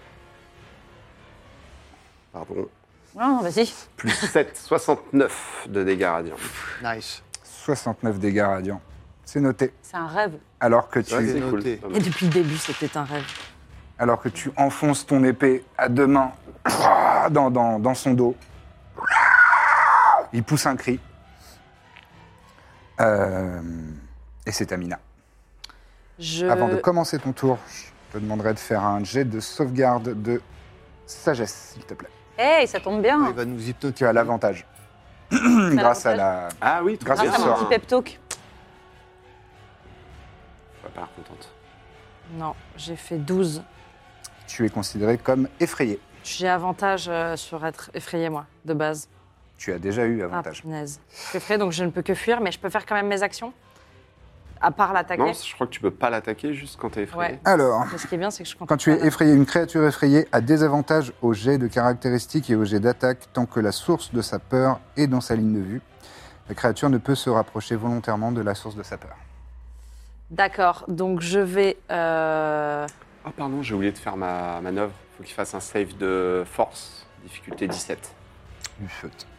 Pardon. Non, vas-y. Plus 7, 69 de dégâts radiants. Nice. 69 dégâts radiants. C'est noté. C'est un rêve. Alors que Ouais, tu, c'est cool. noté. Pas Et mal. depuis le début, c'était un rêve. alors que tu enfonces ton épée à deux mains dans son dos. Il pousse un cri. Et c'est Amina. Avant de commencer ton tour, je te demanderai de faire un jet de sauvegarde de sagesse, s'il te plaît. Hey, ça tombe bien. Il va nous hypnotiser. Tu as l'avantage. Grâce à la... Ah oui, trop Grâce bien. Grâce à au mon sort. petit pep talk. Je vais pas l'air contente. Non, j'ai fait 12. Tu es considéré comme effrayé. J'ai avantage sur être effrayé, moi, de base. Tu as déjà eu Ah, avantage. punaise. Je suis effrayée, donc je ne peux que fuir, mais je peux faire quand même mes actions. À part l'attaquer. Non, je crois que tu peux pas l'attaquer juste quand t'es effrayé. Ouais. Alors, Mais ce qui est bien, c'est que je quand tu es effrayé, une créature effrayée a des avantages au jet de caractéristiques et au jet d'attaque tant que la source de sa peur est dans sa ligne de vue. La créature ne peut se rapprocher volontairement de la source de sa peur. D'accord, donc je vais. Ah pardon, j'ai oublié de faire ma manœuvre. Faut qu'il fasse un save de force, difficulté 17. Du faute.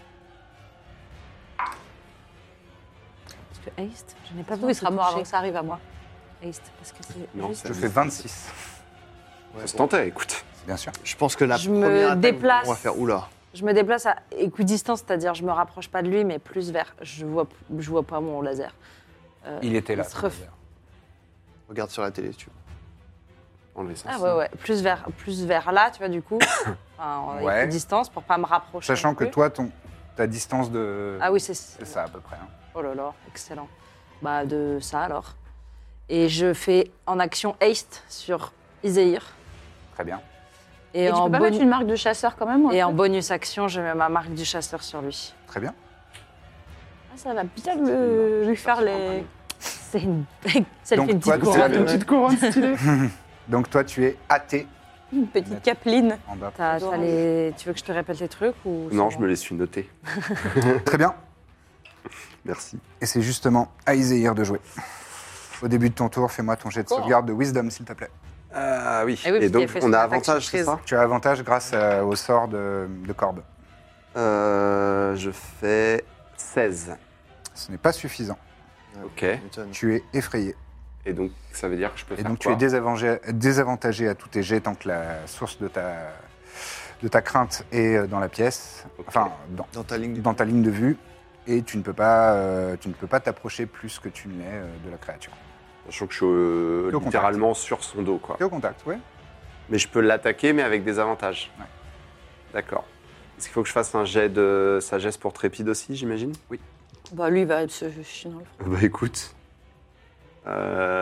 Parce que Haste, je n'ai pas Surtout, besoin il sera de mort toucher. avant que ça arrive à moi. Haste, parce que c'est. Non, juste- Je fais 26, Ça se tentait, écoute. bien sûr. Je pense que la Je me première attaque, déplace. on va faire oula. Je me déplace à équidistance, c'est-à-dire je me rapproche pas de lui, mais plus vers. Je vois pas mon laser. Il était là. il se ref- Regarde sur la télé, si tu veux. Enlevez ça. Ah ouais. Plus vers là, tu vois, du coup. Enfin, en Ouais. équidistance pour pas me rapprocher. Sachant non que plus. toi, ta distance de... Ah oui, c'est ça à peu près. Hein. Oh là là, excellent. Bah, de ça alors. Et je fais en action haste sur Iséir. Très bien. Et tu peux pas mettre une marque de chasseur quand même Et en bonus action, je mets ma marque du chasseur sur lui. Très bien. Ah, ça va bien lui faire les... C'est une... Ça lui Donc, fait une toi, petite tu as couronne. une couronne stylée. Donc toi, tu es hâté Une petite capeline. en bas. T'as les... Tu veux que je te répète les trucs ou Non, c'est je bon me les suis notés. Très bien. Merci. Et c'est justement à Iséir de jouer. Au début de ton tour, fais-moi ton jet de sauvegarde de Wisdom, s'il te plaît. Ah oui. Eh oui, Et parce qu'il a donc, fait on son a attaque avantage, c'est surprise. ça Tu as avantage grâce au sort de corde. Je fais 16. Ce n'est pas suffisant. Ok. M'étonne. Tu es effrayé. Et donc, ça veut dire que je peux Et faire donc tu quoi es désavantagé à tous tes jets tant que la source de ta crainte est dans la pièce, Ok. enfin Dans ta ligne du dans ta ligne de vue, et tu ne peux pas t'approcher plus que tu ne l'es de la créature. Sachant que je suis au contact. littéralement sur son dos, quoi. Tu es au contact, oui. Mais je peux l'attaquer, mais avec des avantages. Ouais. D'accord. Est-ce qu'il faut que je fasse un jet de sagesse pour Trépide aussi, j'imagine Bah lui, il va se chier dans le front. Bah écoute. Pas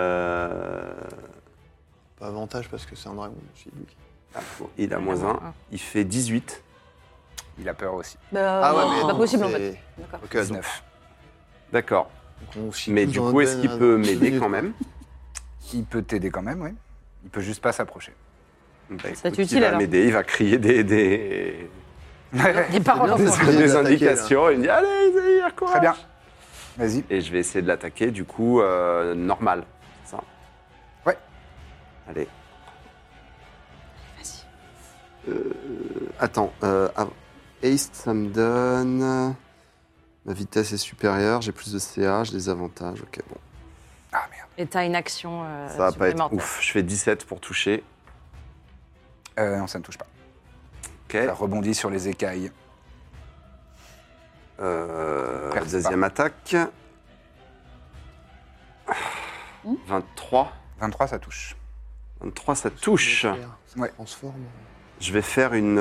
avantage parce que c'est un dragon. c'est lui. Ah, bon, il a moins 1. Il fait 18. Il a peur aussi. Bah, Ah ouais, mais c'est pas non, possible en c'est- fait. D'accord. Ok, donc 19. D'accord. on chie Mais tous du dans coup, un est-ce qu'il ben- peut un- m'aider quand même Il peut t'aider quand même, oui. Il peut juste pas s'approcher. Bah, Ça écoute, t'est utile, il va alors. m'aider, il va crier des Des paroles bien, enfants. c'est bien des d'attaquer, indications. Il me dit allez, Zahir, courage. Très bien. Vas-y. Et je vais essayer de l'attaquer, du coup, normal. C'est ça. Ouais. Allez. Vas-y. Attends. Haste, ça me donne. Ma vitesse est supérieure, j'ai plus de CA, j'ai des avantages. Ok, bon. Ah merde. Et t'as une action Ça va pas être supplémentaire. ouf. Je fais 17 pour toucher. Non, ça ne touche pas. Ok. Ça rebondit sur les écailles. Perce Deuxième attaque. 23. 23, ça touche. 23, ça touche. Ouais. Transforme. Je vais faire une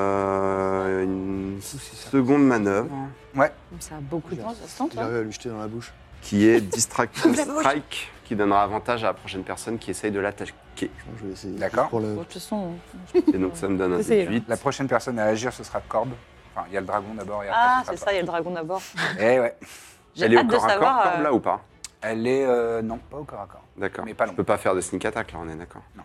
seconde manœuvre Ouais. Ça a beaucoup de temps, ça se tente. J'arrive à lui jeter dans la bouche. qui est Distraction Strike, qui donnera avantage à la prochaine personne qui essaye de l'attaquer. Je vais essayer. D'accord. Pour le... De toute façon, Et donc ça me donne un Essayez, là. 18. La prochaine personne à agir, ce sera Corbe. Enfin, il y a le dragon d'abord et après. ah, ce sera c'est toi. ça, il y a le dragon d'abord. Eh ouais. J'ai Elle est au hâte de corps à corps, savoir. Corbe, là ou pas Elle est. Non, pas au corps à corps. D'accord. Mais pas Je long. peux pas faire de sneak attack là, on est d'accord. Non.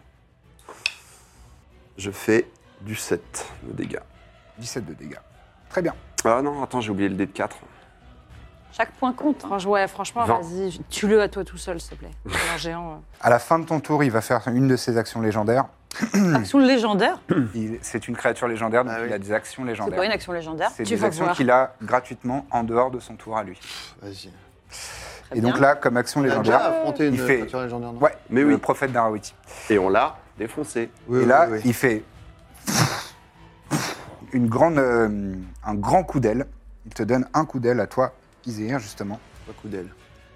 Je fais du 7 de dégâts. 17 de dégâts. Très bien. Ah non, attends, j'ai oublié le dé de 4. Chaque point compte. hein. Franchement, 20. vas-y, tue-le à toi tout seul, s'il te plaît. C'est un géant. À la fin de ton tour, il va faire une de ses actions légendaires. Action légendaire. C'est une créature légendaire, donc Ah oui. il a des actions C'est légendaires. quoi une action légendaire? C'est Tu des vas actions voir. qu'il a gratuitement en dehors de son tour à lui. Vas-y. Très Et donc bien. là, comme action On a déjà légendaire, affronté une il fait- créature légendaire, non? ouais, Mais le oui. prophète d'Arawiti. Et on l'a défoncé. Oui, Et oui, là, oui. il fait un grand coup d'aile. Il te donne un coup d'aile à toi, Izehir, justement. Pas coup d'aile.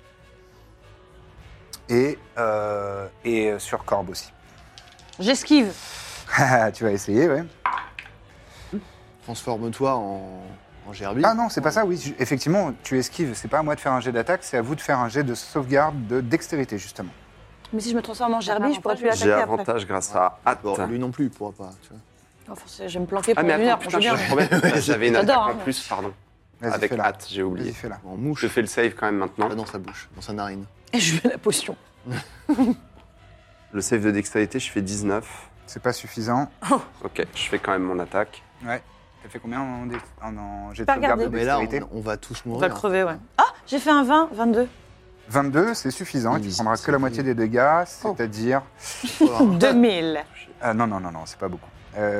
Et sur Corbe aussi. J'esquive. Tu vas essayer, ouais. Transforme-toi en gerbille. Ah non, c'est pas ça, oui. Effectivement, tu esquives. C'est pas à moi de faire un jet d'attaque, c'est à vous de faire un jet de sauvegarde de dextérité, justement. Mais si je me transforme en gerbille, je pourrais plus J'ai l'attaquer après. avantage grâce à Hâte. Bon, lui non plus, il pourra pas. Tu vois. Oh, je vais me planquer Ah pour mais une heure. attends, putain, je bien. suis trop bête. J'avais une attaque J'adore, en hein. plus, pardon. Vas-y, Avec fais-la. Hâte, j'ai Vas-y, oublié. fais-la. En mouche. Je fais le save quand même maintenant. Là, dans sa bouche, dans sa narine. Et je mets la potion. Le save de dextérité, je fais 19. C'est pas suffisant. Ok, je fais quand même mon attaque. Ouais. T'as fait combien en jet de Pas sauvegarde de regardé. Mais là, dextérité on va tous On va mourir. crever, ouais. Ah, j'ai fait un 20, 22. 22, c'est suffisant. Et tu Easy, prendras que c'est la moitié des dégâts, Oh. c'est-à-dire... Voilà. 2000. non, c'est pas beaucoup.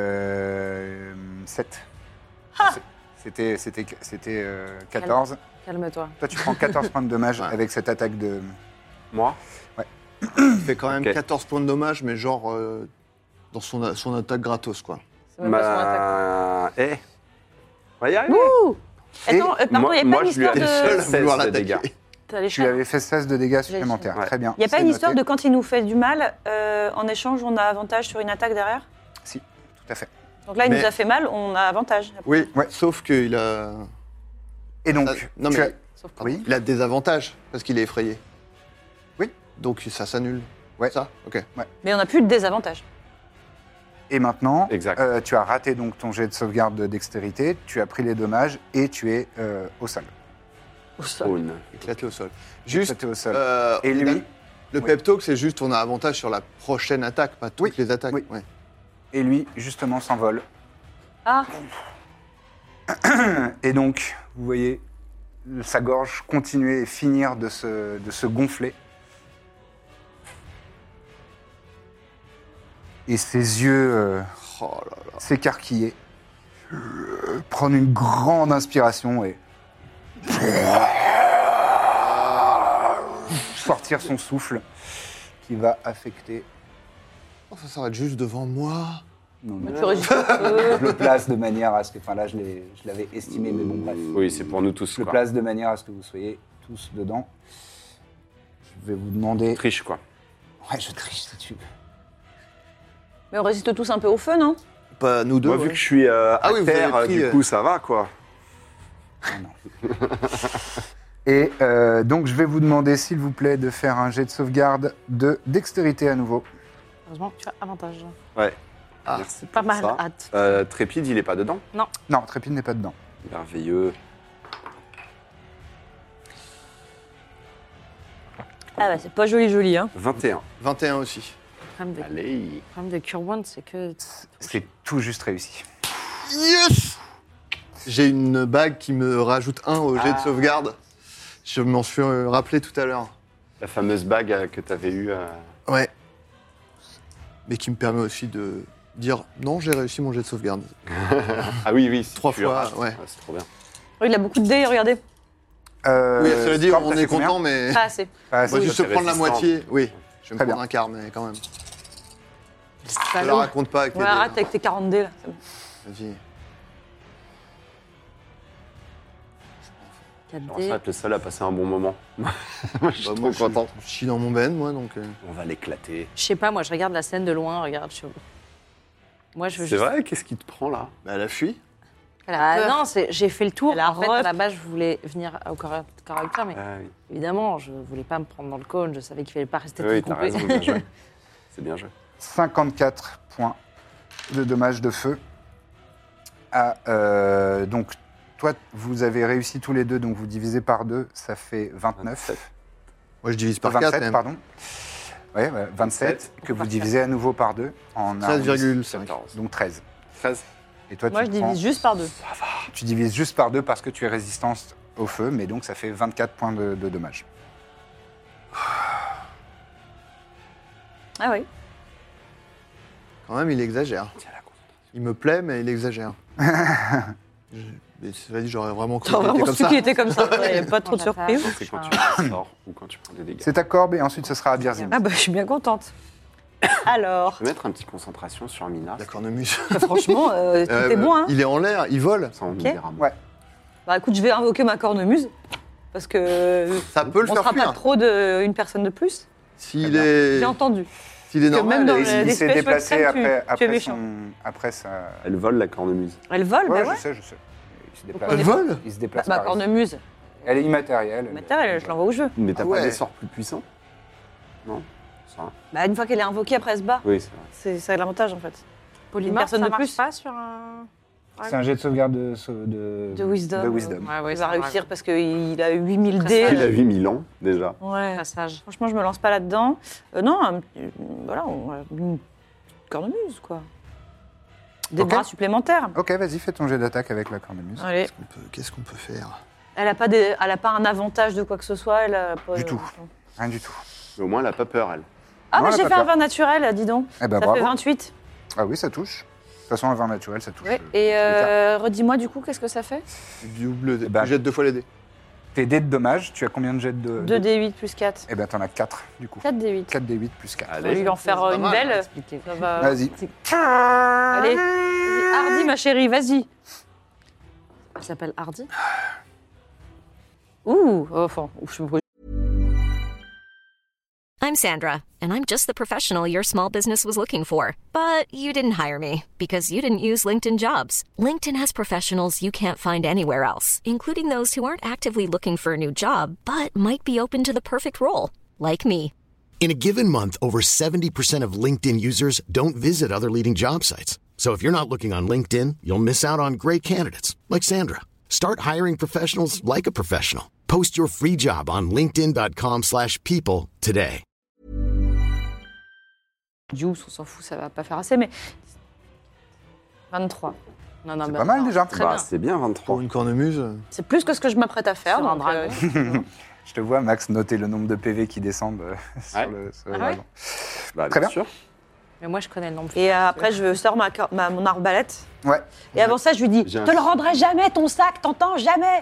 7. C'était 14. Calme-toi. Toi, tu prends 14 points de dommage Ouais. avec cette attaque de... Moi Il fait quand même Ok. 14 points de dommage, mais genre dans son attaque gratos, quoi. C'est même pas son attaque. On va y arriver. Attends, pardon, il n'y a pas une je lui histoire avais de. fait Seul à 16 vouloir de l'attaquer. dégâts. T'as les Tu lui avais fait 16 de dégâts supplémentaires. Ouais. Très bien. Il n'y a pas C'est une histoire noté. de quand il nous fait du mal, en échange, on a avantage sur une attaque derrière? Si, tout à fait. Donc là, il Mais- nous a fait mal, on a avantage. Oui, Ouais. sauf qu'il a... Et donc, non, tu mais as- Sauf que- Oui. il a des avantages, parce qu'il est effrayé. Oui. Donc ça s'annule. Ouais. Ça Ok. Mais on n'a plus de désavantage. Et maintenant, Exact. tu as raté donc ton jet de sauvegarde de dextérité, tu as pris les dommages et tu es au sol. Au sol. Faune. Éclaté au sol. Juste, Juste, tu es au sol. on Et est lui d'accord- Le Oui. pep talk, c'est juste on a avantage sur la prochaine attaque, pas toutes Oui. les attaques. Oui. Ouais. Et lui, justement, s'envole. Ah, Et donc, vous voyez sa gorge continuer et finir de se gonfler. Et ses yeux Oh là là. s'écarquiller. Prendre une grande inspiration et sortir son souffle qui va affecter. Oh, ça s'arrête juste devant moi. Non, mais non. tu résistes. Je le place de manière à ce que. Enfin là, je l'avais estimé, mais bon, bref. Oui, c'est pour nous tous. Je le Quoi. place de manière à ce que vous soyez tous dedans. Je vais vous demander. Triche, quoi. Ouais, je triche si tu veux. Mais on résiste tous un peu au feu, non? Pas nous deux. Moi, ouais. vu que je suis à Ah oui, vous terre, avez pris, du coup, ça va, quoi. Et donc, je vais vous demander, s'il vous plaît, de faire un jet de sauvegarde de dextérité à nouveau. Heureusement que tu as avantage. Ouais. Ah, Merci Pas pour mal, ça. hâte. Trépide, il est pas dedans. Non, Trépide n'est pas dedans. Merveilleux. Ah bah c'est pas joli, hein. 21. 21 aussi. Le Allez. problème de Cure Wound, c'est que. C'est tout juste réussi. Yes. J'ai une bague qui me rajoute 1 au jet de sauvegarde. Je m'en suis rappelé tout à l'heure. La fameuse bague que t'avais eue. Ouais. Mais qui me permet aussi de dire non, j'ai réussi mon jet de sauvegarde. Ah oui, oui. si 3 tu fois, rajoutes. ouais. C'est trop bien. Oh, il a beaucoup de dés, regardez. Oui, cela dit, Scorp, on t'as est fait combien content, mais. Pas assez. Pas Moi, assez. juste se c'est prendre la résistant. moitié. Oui, je vais me Très prendre bien. un quart, mais quand même. Je la Salaud. raconte pas avec les Ouais, dés, arrête hein. avec tes 40 dés là. c'est bon. Vas-y. 4 On va être le seul à passer un bon moment. Moi, je suis Bah, trop moi, content. Je suis dans mon ben, moi, donc. On va l'éclater. Je sais pas, moi je regarde la scène de loin, regarde. Moi je veux C'est juste. vrai, qu'est-ce qui te prend là? Bah, elle a fui. Elle a Ah peur. non, j'ai fait le tour. Elle a En fait, rep. à la base, je voulais venir au correcteur, mais Ah oui, évidemment, je voulais pas me prendre dans le cône. Je savais qu'il fallait pas rester oui tout t'as coupé. raison, bien joué. C'est bien joué. 54 points de dommages de feu. Donc, toi, vous avez réussi tous les deux, donc vous divisez par 2, ça fait 29. 27. Moi, je divise par 27, 4, même. pardon. Oui, 27, que vous divisez à nouveau par 2 en 13,5. 14. Donc 13. 13. Et toi, Moi, tu je prends- divise juste par 2. Tu divises juste par 2 parce que tu es résistance au feu, mais donc ça fait 24 points de dommages. Ah oui. Quand même, il exagère. Tiens, la concentration. Il me plaît, mais il exagère. Mais cela dit, j'aurais vraiment cru T'as qu'il était vraiment comme su ça. qu'il était comme ça. Il n'y a pas trop de Prends la surprise. table. C'est quand tu sors ou quand tu prends des dégâts. C'est ta corbe et ensuite ce sera à Birzim. Ah bah, je suis bien contente. Alors, Je peux mettre un petit concentration sur Mina. La cornemuse. franchement, tout est bon, hein. Il est en l'air, il vole. Ça, on nous Ok. dira moins. Ouais. Bah écoute, je vais invoquer ma cornemuse. Parce que Ça peut le on faire sera pas fuir. trop d'une personne de plus. S'il est, J'ai entendu. s'il est que normal, même dans Et le- il s'est Special déplacé Extreme, tu es après méchant. après ça. Elle vole la cornemuse. Elle vole, Ouais, bah ouais. je sais. Il se déplace. elle vole. Il se déplace Ma par ici. cornemuse. Elle est immatérielle. Matériel, je l'envoie où je veux. Mais t'as Ah ouais. pas des sorts plus puissants? Non? Ça. Bah une fois qu'elle est invoquée, après elle se bat. Oui, c'est vrai. C'est l'avantage en fait. Polymorphe, Une personne ça de marche plus. pas sur un. C'est un jet de sauvegarde de Wisdom. De wisdom. Ouais, ouais, Il va réussir parce qu'il a 8000 dés. Très Il a 8000 ans déjà. Ouais. Passage. Franchement, je me lance pas là-dedans. Non, voilà, une cornemuse quoi. Des Ok. bras supplémentaires. Ok, vas-y, fais ton jet d'attaque avec la cornemuse. Allez. Qu'est-ce qu'on peut faire? Elle a pas un avantage de quoi que ce soit. Elle a pas, Du tout. Rien du tout. Mais au moins, elle a pas peur, elle. Ah, Non, mais elle a j'ai pas fait un peur. 20 naturel, dis donc. Eh ben Ça fait bravo. 28. Ah oui, ça touche. De toute façon, un vin naturel, ça touche. Ouais. les Et cartes. redis-moi du coup, qu'est-ce que ça fait Double, Bah, tu jettes 2 fois les dés. Tes dés de dommages, tu as combien de jets de 2 D8 plus 4. Eh ben, t'en as 4, du coup. 4 D8. 4 D8 plus 4. On va lui en faire pas une mal, belle. Expliquer. Ça va. Vas-y. Allez, vas-y, Hardy, ma chérie, vas-y. Elle s'appelle Hardy. Ouh, enfin, je suis I'm Sandra, and I'm just the professional your small business was looking for. But you didn't hire me because you didn't use LinkedIn Jobs. LinkedIn has professionals you can't find anywhere else, including those who aren't actively looking for a new job but might be open to the perfect role, like me. In a given month, over 70% of LinkedIn users don't visit other leading job sites. So if you're not looking on LinkedIn, you'll miss out on great candidates like Sandra. Start hiring professionals like a professional. Post your free job on linkedin.com/people today. Juice, on s'en fout, ça va pas faire assez, mais 23. Non, non, C'est mais pas mal, attends, déjà. Très Bah, bien. c'est bien, 23. Pour une cornemuse. C'est plus que ce que je m'apprête à faire. Sur un donc, dragon. Je te vois, Max, noter le nombre de PV qui descendent sur Ouais. le Ah dragon. Bah, Très bien. sûr. Mais moi, je connais le nombre. Et après, je sors mon arbalète. Ouais. Et avant ça, je lui dis J'ai un- te le rendrai jamais ton sac, t'entends jamais.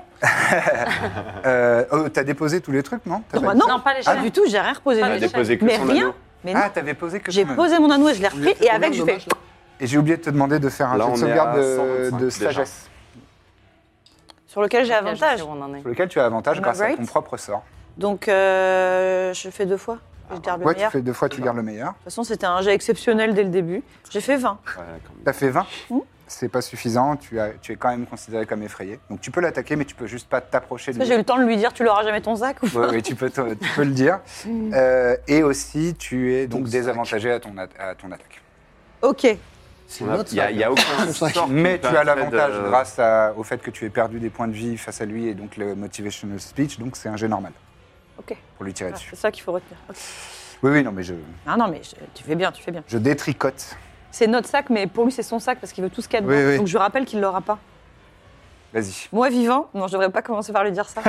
T'as déposé tous les trucs, non T'as Moi, pas dit non, Non, pas les pas chaînes. du tout, j'ai rien reposé. Pas Elle a les dessus. déposé que Mais son rien. anneau. Mais non. Ah, t'avais posé que J'ai ton posé mon anneau et je l'ai On lui a repris. fait Et combien avec, de je fais. dommages, là Et j'ai oublié de te demander de faire un Là, jet de on est sauvegarde à de 125 déjà. sagesse, Sur lequel j'ai Ok, je avantage. sais où on en est. sur lequel tu as avantage Am I grâce à right? ton propre sort. Donc, je fais 2 fois. Je garde le Ouais, tu meilleur. fais De 2 fois, tu gardes le meilleur. toute façon, c'était un jet exceptionnel dès le début. J'ai fait 20. Ouais, quand même. T'as fait 20. Mmh. C'est pas suffisant, tu es quand même considéré comme effrayé. Donc tu peux l'attaquer, mais tu peux juste pas t'approcher de Est-ce que lui. j'ai eu le temps de lui dire tu l'auras jamais ton sac ou pas Oui, tu peux le dire. Et aussi, tu es donc Ton désavantagé à ton attaque. Ok. C'est On a- notre Il y a- sac. il y a aucun sort qui Mais tu as permettrait l'avantage de- grâce au fait que tu aies perdu des points de vie face à lui et donc le motivational speech, donc c'est un jet normal Ok. pour lui tirer Ah, dessus. c'est ça qu'il faut retenir. Ok. Oui, non, mais Ah non, mais tu fais bien, tu fais bien. je détricote. C'est notre sac, mais pour lui, c'est son sac parce qu'il veut tout ce qu'il y a dedans. Oui, oui. Donc je lui rappelle qu'il ne l'aura pas. Vas-y. Moi, vivant, non, je devrais pas commencer par lui dire ça.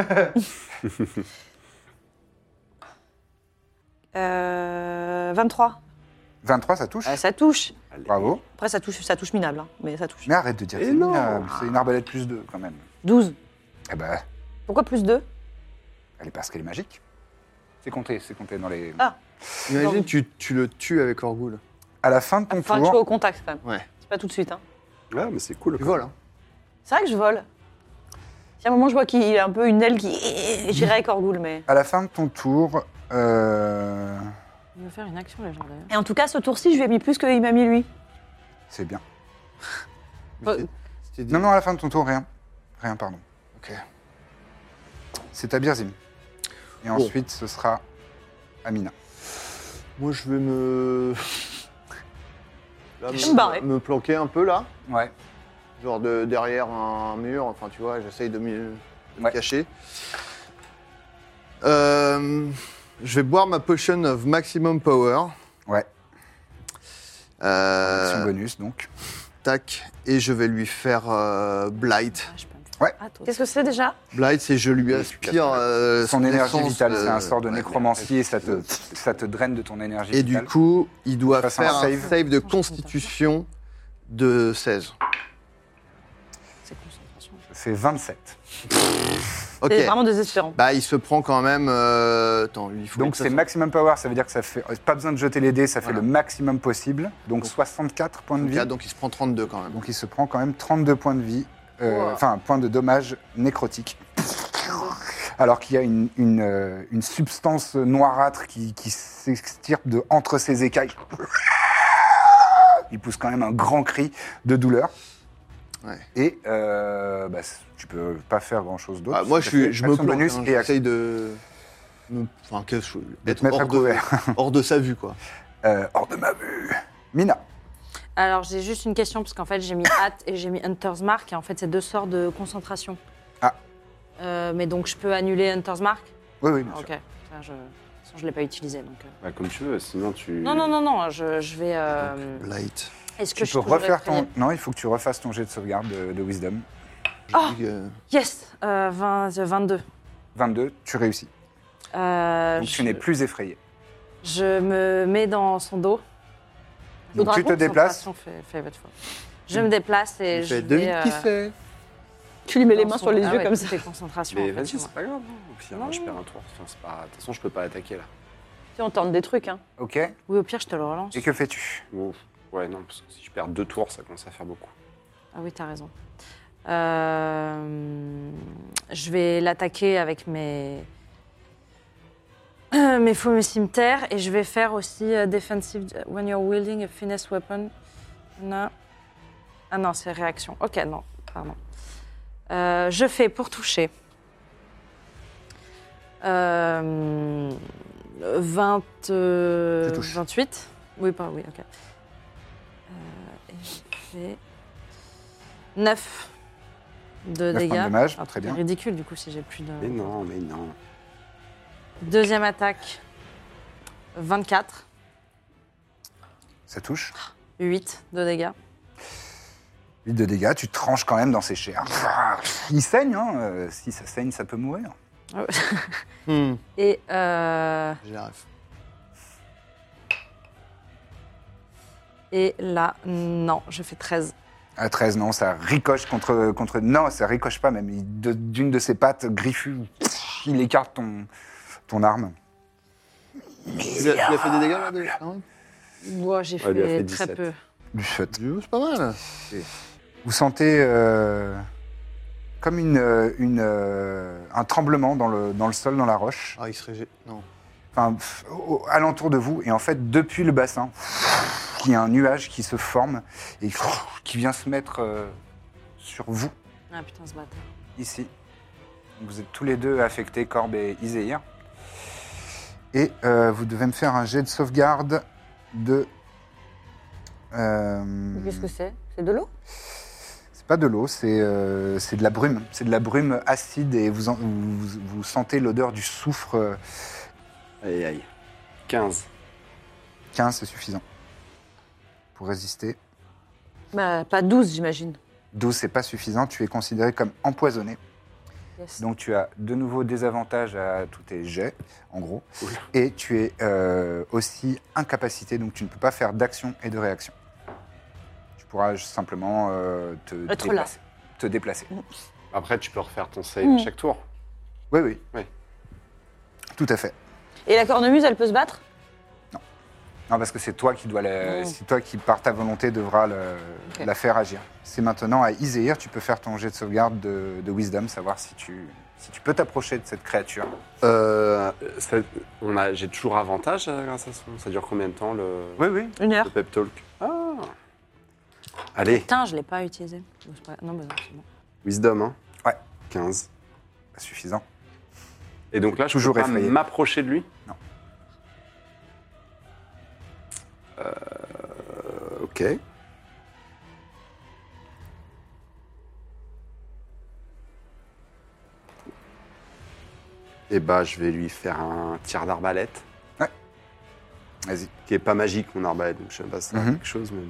23. 23, ça touche. Ça touche. Bravo. Après, ça touche minable, hein, mais ça touche. Mais arrête de dire Et c'est non. minable. C'est une arbalète plus 2 quand même. 12. Eh ben, Pourquoi plus 2 Elle est parce qu'elle est magique. C'est compté dans les... Ah. Imagine, tu le tues avec Orgul. À la fin de ton Enfin, que je sois tour, au contact quand même. Ouais. C'est pas tout de suite. Hein. Ouais, mais c'est cool. Tu voles, hein. C'est vrai que je vole. Si à un moment je vois qu'il a un peu une aile qui. J'irai avec Orgul, mais. à la fin de ton tour, Il veut faire une action légendaire. Et en tout cas, ce tour-ci, je lui ai mis plus qu'il m'a mis lui. c'est bien. C'était dit- Non, à la fin de ton tour, rien. Rien, pardon. Ok. C'est à Birzim. Et ensuite, ce sera Amina. Moi, je vais me... Là, Je vais me barrer. me planquer un peu, là. Ouais. Genre derrière un mur. Enfin, tu vois, j'essaye de me Ouais. cacher. Je vais boire ma potion of maximum power. Ouais. Action Euh, bonus, donc. tac. Et je vais lui faire Blight. Ah, je peux me faire. Ouais. Ah, toi Qu'est-ce que c'est déjà? Blight, c'est je lui aspire Son énergie essence, vitale, c'est un sort de ouais. nécromancie et ça te draine de ton énergie Et vitale. du coup, il doit Fasse un faire un save. save de constitution de 16. C'est concentration. C'est 27. Ok. C'est vraiment désespérant. Bah, il se prend quand même. Attends, il faut. Donc que ça c'est soit- maximum power, ça veut dire que ça fait pas besoin de jeter les dés, ça fait Voilà. le maximum possible. Donc 64 points de vie. Donc il se prend 32 quand même. Donc il se prend quand même 32 points de vie, Wow. enfin points de dommage nécrotique. Alors qu'il y a une substance noirâtre qui s'extirpe de entre ses écailles. Il pousse quand même un grand cri de douleur. Ouais. Et bah, tu peux pas faire grand chose d'autre. Ah, moi, je me Action planque. bonus Hein, et action. j'essaye de. Enfin, quelque chose. De te mettre à couvert. hors de sa vue, quoi. Hors de ma vue. Mina. Alors, j'ai juste une question, parce qu'en fait, j'ai mis Hâte et j'ai mis Hunter's Mark, et en fait, c'est 2 sorts de concentration. Ah. Mais donc, je peux annuler Hunter's Mark? Oui, oui, bien Ok. sûr. Ça, je ne l'ai pas utilisé, donc... Bah, comme tu veux, sinon tu. Non, je vais... Light. Est-ce que Tu je peux suis toujours refaire effrayée? ton... Non, il faut que tu refasses ton jet de sauvegarde de Wisdom. Oh. Euh, Yes 22. 22, tu réussis. Donc tu n'es plus effrayé. Je me mets dans son dos. Donc tu te déplaces. Concentration, fais votre foi. Je me déplace et il je fait vais... devine qui c'est. Tu lui mets les dans mains son- sur les Ah yeux ouais, comme ça. C'est concentration. Mais en fait, vas-y, chez c'est moi. pas grave. Au pire, moi, je perds un tour. Enfin, c'est pas... De toute façon, je peux pas attaquer là. Si on tente des trucs, hein. Ok. Oui, au pire, je te le relance. Et que fais-tu? Bon, ouais, non, parce que si je perds 2 tours, ça commence à faire beaucoup. Ah oui, t'as raison. Je vais l'attaquer avec mes faux cimetières et je vais faire aussi defensive when you're wielding a finesse weapon. Non. Ah non, c'est réaction. Ok, non, pardon. Je fais pour toucher 20, Tu touches. 28. Oui, pas oui, ok. Et je fais 9 de 9 points de dégâts. dommage, Un très truc bien. ridicule du coup si j'ai plus de. Mais non, mais non. Deuxième attaque 24, Ça touche. 8 de dégâts. 8 de dégâts, tu tranches quand même dans ses chairs. Il saigne, hein. Si ça saigne, ça peut mourir. Et Girafe. et là, non, je fais 13. À 13, non, ça ricoche contre... Non, ça ricoche pas même. D'une de ses pattes griffues, il écarte ton arme. Il a fait des dégâts là ah ouais. Moi, j'ai Ouais, lui a fait fait très 17. peu. Du feu. C'est pas mal. Vous sentez comme un tremblement dans le sol, dans la roche, Ah, il serait. Non. enfin, alentour de vous. Et en fait, depuis le bassin, il y a un nuage qui se forme et qui vient se mettre sur vous, Ah putain, ce bâtard. ici. Vous êtes tous les deux affectés, Corbe et Iséir. Et vous devez me faire un jet de sauvegarde de... Qu'est-ce que c'est? C'est de l'eau? C'est pas de l'eau, c'est de la brume. C'est de la brume acide et vous sentez l'odeur du soufre. Aïe, aïe. 15. 15, c'est suffisant pour résister. Bah, pas 12, j'imagine. 12, c'est pas suffisant. Tu es considéré comme empoisonné. Yes. Donc tu as de nouveau des avantages à tous tes jets, en gros. Oula. Et tu es aussi incapacité, donc tu ne peux pas faire d'action et de réaction. Tu pourras simplement Être là. te déplacer. Après, tu peux refaire ton save à chaque tour. Oui, oui. Oui. Tout à fait. Et la cornemuse, elle peut se battre? Non, parce que c'est toi qui dois c'est toi qui, par ta volonté, devras la faire agir. C'est maintenant à Izehir, tu peux faire ton jet de sauvegarde de Wisdom, savoir si tu peux t'approcher de cette créature. J'ai toujours avantage grâce à ça. Ça dure combien de temps Oui. 1 heure. le pep talk? Ah. Allez, Putain, je l'ai pas utilisé. Non, mais non, c'est bon. wisdom, hein. Ouais. 15. Pas suffisant. Et donc là, je Toujours peux pas effrayé. m'approcher de lui? Non. Ok. Et bah, je vais lui faire un tir d'arbalète, Vas-y. qui est pas magique, mon arbalète, donc je sais pas si ça a quelque chose, mais...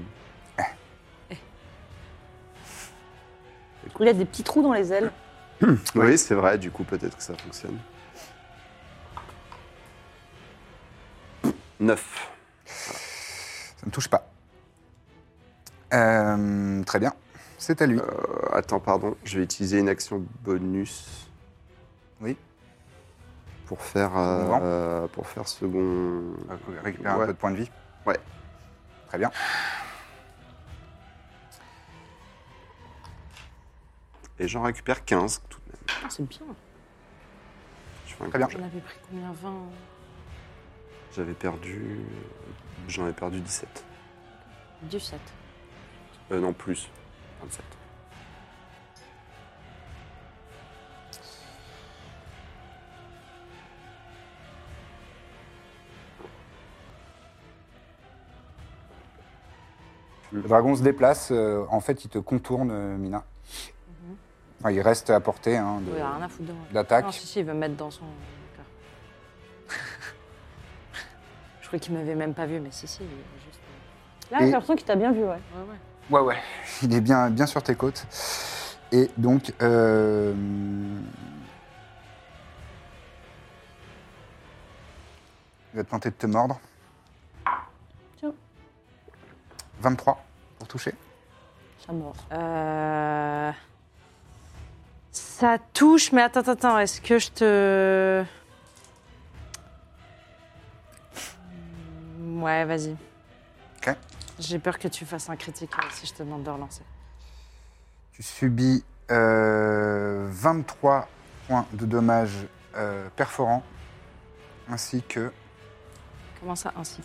Il a des petits trous dans les ailes. Oui, c'est vrai, du coup, peut-être que ça fonctionne. 9. Ça ne touche pas. Très bien. C'est à lui. Attends, pardon, je vais utiliser une action bonus. Oui. Pour faire, second... Récupérer un Ouais. peu de points de vie. Ouais. Très bien. Et j'en récupère 15 tout de même. Ah, c'est bien. Je fais un Très bien. J'en avais pris combien? 20? J'en ai perdu 17. Du 7. Non, plus. 27. Le dragon se déplace. En fait, il te contourne, Mina. Enfin, il reste à portée hein, Il a rien à foutre de moi. d'attaque. Non, si, il veut me mettre dans son. D'accord. Je croyais qu'il m'avait même pas vu, mais si, il est juste. Là, j'ai l'impression qu'il t'a bien vu, ouais. Ouais. Ouais. Il est bien sur tes côtes. Et donc, il va te tenter de te mordre. Tiens. 23 pour toucher. Ça mord. Ça touche, mais attends, est-ce que je te. Ouais, vas-y. Ok. J'ai peur que tu fasses un critique si je te demande de relancer. Tu subis 23 points de dommages perforants, ainsi que Comment ça, ainsi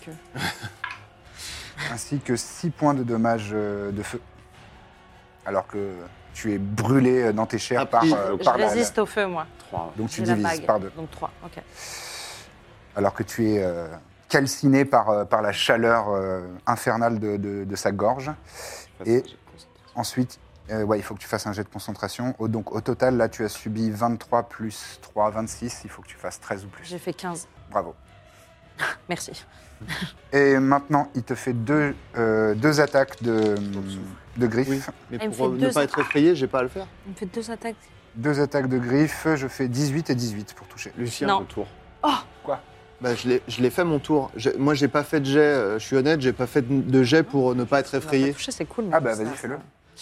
que 6 points de dommages de feu. Alors que tu es brûlé dans tes chairs par, Appris. Je par la- résiste au feu, moi. 3. Donc tu J'ai la divises bague. par 2. Donc 3, ok. Alors que tu es calciné par la chaleur infernale de sa gorge. Et ensuite, il faut que tu fasses un jet de concentration. Donc au total, là, tu as subi 23 plus 3, 26. Il faut que tu fasses 13 ou plus. J'ai fait 15. Bravo. Merci. Et maintenant, il te fait deux attaques de griffes. Oui, mais Il me pour fait ne deux pas être effrayé, j'ai pas à le faire. Il me fait 2 attaques. 2 attaques de griffes, je fais 18 et 18 pour toucher. Lucien, Non. Mon tour. bah, je l'ai fait mon tour. Moi, j'ai pas fait de jet, je suis honnête, j'ai pas fait de jet pour ne pas être effrayé. Toucher, c'est cool. mais Ah bah ça, vas-y, fais-le.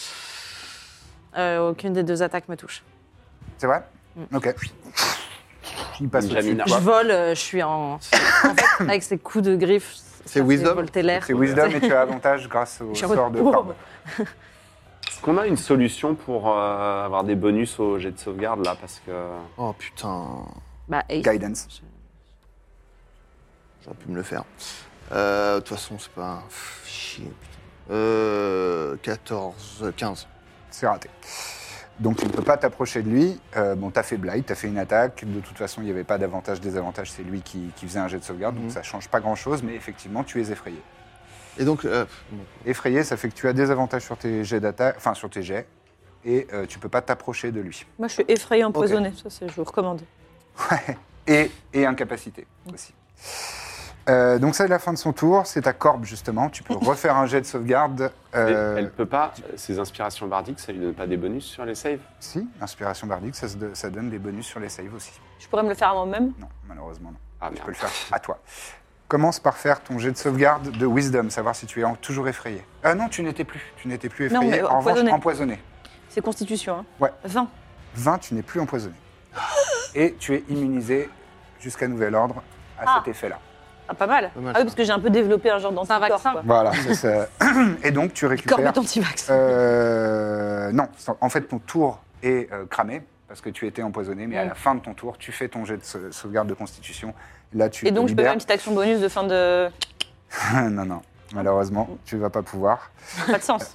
Aucune des 2 attaques me touche. C'est vrai Ok. Il passe Jamina. au-dessus de Je toi. vole, je suis en fait, avec ces coups de griffes. C'est ça fait wisdom volter l'air. C'est Wisdom et tu as avantage grâce au Je suis en mode, sort de oh. corbe. Est-ce qu'on a une solution pour avoir des bonus au jet de sauvegarde là? Parce que. Oh putain, Bah, Ace. Guidance. j'aurais pu me le faire. De toute façon, c'est pas. Chier, putain. 14, 15. C'est raté. Donc tu ne peux pas t'approcher de lui. Bon, t'as fait blight, t'as fait une attaque. De toute façon, il n'y avait pas d'avantage, désavantage. C'est lui qui faisait un jet de sauvegarde. Donc ça change pas grand-chose, mais effectivement, tu es effrayé. Et donc, bon. Effrayé, ça fait que tu as des avantages sur tes jets d'attaque, enfin sur tes jets, et tu peux pas t'approcher de lui. Moi, je suis effrayée empoisonnée. Ça, je vous recommande. Ouais. Et incapacité aussi. Donc ça, c'est la fin de son tour. C'est ta corbe, justement. Tu peux refaire un jet de sauvegarde. Elle peut pas. Ses inspirations bardiques, ça lui donne pas des bonus sur les saves? Si, inspiration bardique, ça donne des bonus sur les saves aussi. Je pourrais me le faire à moi-même. Non, malheureusement non. Ah Tu merde. peux le faire à toi. Commence par faire ton jet de sauvegarde de Wisdom, savoir si tu es toujours effrayé. Ah non, tu n'étais plus. Tu n'étais plus Non, effrayé. mais En revanche, empoisonné. empoisonné. C'est Constitution, hein. Ouais. 20. 20, tu n'es plus empoisonné. Et tu es immunisé jusqu'à nouvel ordre à Ah. cet effet-là. Ah, pas mal. Pas mal, Ah oui, ça. parce que j'ai un peu développé un genre C'est un d'anticorps. vaccin. quoi. Voilà, c'est ça. Et donc tu récupères... Corbett anti-vax. Non, en fait ton tour est cramé parce que tu étais empoisonné, mais à Ouais. la fin de ton tour, tu fais ton jet de sauvegarde de constitution. Là, tu Et te donc, je peux faire libères. une petite action bonus de fin de. Non, malheureusement, tu vas pas pouvoir. Pas de sens.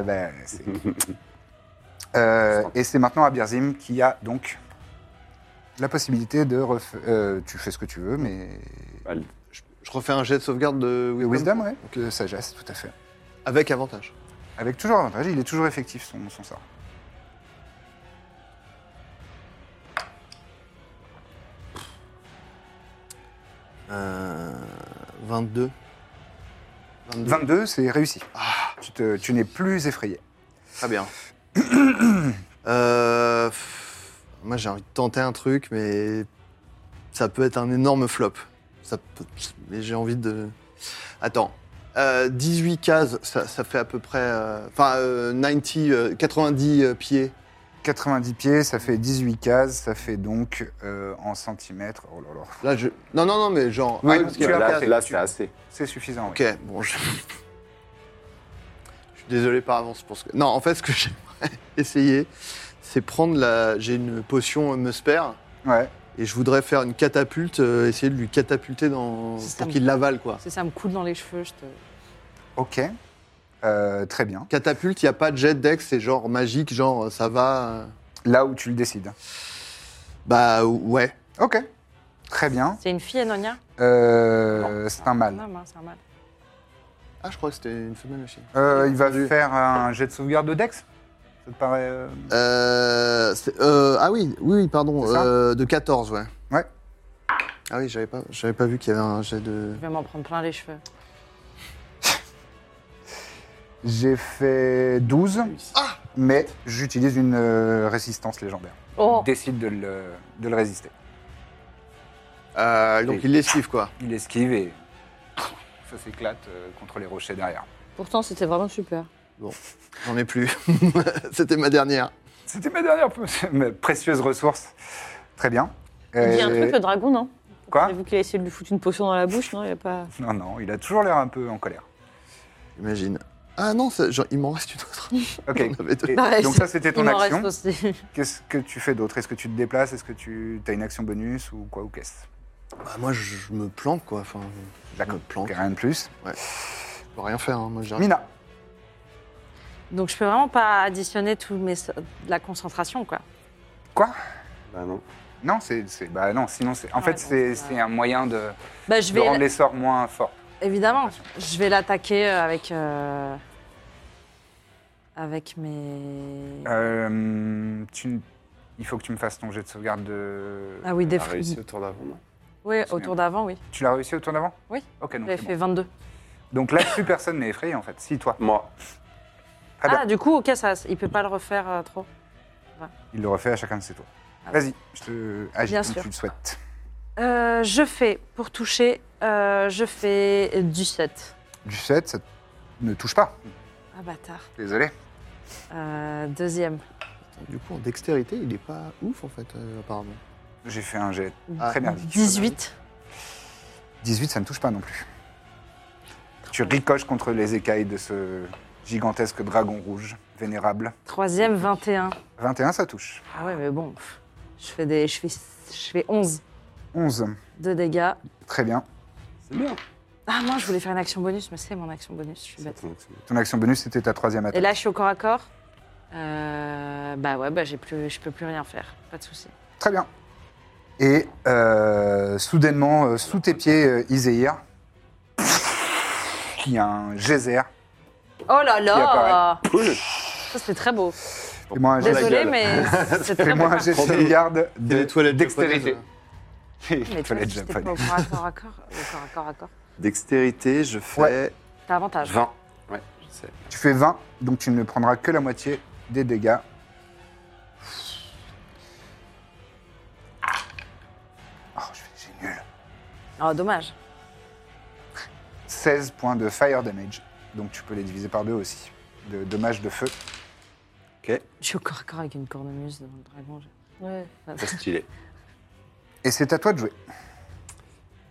Et c'est maintenant à Birzim qui a donc la possibilité de refaire... tu fais ce que tu veux, mais... Je refais un jet de sauvegarde de Wisdom, ouais. De sagesse, tout à fait. Avec avantage. Avec toujours avantage, il est toujours effectif son sort. Euh, 22. 22, c'est réussi. Tu n'es plus effrayé. Très bien. Moi, j'ai envie de tenter un truc, mais ça peut être un énorme flop. Mais j'ai envie de... Attends. 18 cases, ça fait à peu près... 90 pieds. 90 pieds, ça fait 18 cases, ça fait donc en centimètres. Oh là là. Là, Non, mais genre... Oui, parce qu'il y tu a as la la case. Là, c'est assez. C'est suffisant. Ok, bon, je suis désolé par avance pour ce que... Non, en fait, ce que j'aimerais essayer, c'est prendre J'ai une potion Musper, Ouais. et je voudrais faire une catapulte, essayer de lui catapulter C'est pour ça. qu'il l'avale, quoi. Si ça me coule dans les cheveux, je te. Ok. Très bien. Catapulte, il n'y a pas de jet dex, c'est genre magique, genre ça va... Là où tu le décides. Bah ouais. Ok. Très bien. C'est une fille, Enonia C'est un mâle. Non, c'est un mâle. Ah, je crois que c'était une femelle aussi. Il va faire un jet de sauvegarde de Dex. Ça te paraît. Ah oui, pardon, C'est ça de 14, ouais. Ouais. Ah oui, j'avais pas vu qu'il y avait un jet de... Je vais m'en prendre plein les cheveux. J'ai fait 12, mais j'utilise une résistance légendaire. Oh Décide de le résister. Donc il l'esquive, quoi. Il esquive et ça s'éclate contre les rochers derrière. Pourtant, c'était vraiment super. Bon, j'en ai plus. C'était ma dernière. C'était ma dernière ma précieuse ressource. Très bien. Il dit un truc, le dragon, non? Quoi Avez-vous qu'il a essayé de lui foutre une potion dans la bouche, non? Il a pas. Non, il a toujours l'air un peu en colère. Imagine. Ah non, il m'en reste une autre. Ok. On avait deux. Et Pareil, donc ça, c'était ton Il m'en action. reste aussi. Qu'est-ce que tu fais d'autre? Est-ce que tu te déplaces? Est-ce que tu as une action bonus ou quoi ou qu'est-ce? Bah, moi, je me planque, quoi. Enfin, je me planque. Ok, rien de plus. Je peux rien faire, hein. Moi, j'arrive. Mina. Donc, je peux vraiment pas additionner la concentration, quoi. Quoi? Bah non. Non, bah non, sinon c'est. En Ouais, fait, donc c'est ça- c'est un moyen de Bah, je de rendre vais. les sorts moins forts. Évidemment, je vais l'attaquer avec mes. Il faut que tu me fasses ton jet de sauvegarde de. Ah oui, des On a réussi au tour d'avant, non? Oui, C'est au bien. tour d'avant, oui. Tu l'as réussi au tour d'avant? Oui. Ok, donc J'avais c'est fait bon. 22. Donc là, plus personne n'est effrayé en fait. Si, toi. Moi. Très bien. Ah, du coup, ok, il peut pas le refaire trop. Il le refait à chacun de ses tours. Ah. Vas-y, je te agis Bien comme sûr. tu le souhaites. Je fais, pour toucher, je fais du 7. Du 7, ça ne touche pas. Ah, bâtard. Désolé. Deuxième. Du coup, en dextérité, il est pas ouf, en fait, apparemment. J'ai fait un jet Ah. très merdique. 18. 18, ça ne touche pas non plus. Tu ricoches contre les écailles de ce gigantesque dragon rouge, vénérable. Troisième, 21. 21, ça touche. Ah ouais, mais bon, je fais 11 11, de dégâts. très bien. C'est bien. Ah, moi, je voulais faire une action bonus, mais c'est mon action bonus, je suis bête. Ton action bonus, c'était ta troisième Et attaque. là, je suis au corps à corps. Bah ouais, je peux plus rien faire, pas de souci. Très bien. Et soudainement, sous tes pieds, Iséir, il y a un geyser. Oh là là Cool. Ça, c'était très beau. Fais-moi un jet de- Désolée, mais c'est très beau. Fais-moi un jet de sauvegarde C'est les de toilettes dextérité. Mais toi, Toilettes j'étais japonaises. pas au corps à corps. Au corps à corps. Dextérité, je fais Ouais. T'as avantage. 20. Ouais, je sais. Tu fais 20, donc tu ne prendras que la moitié des dégâts. Oh, j'ai nul. Oh, dommage. 16 points de fire damage, donc tu peux les diviser par 2 aussi. De dommages de feu. Ok, Je suis au corps à corps avec une cornemuse devant le dragon. Ouais. c'est stylé. Et c'est à toi de jouer.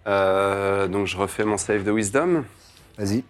Donc je refais mon save de wisdom. Vas-y.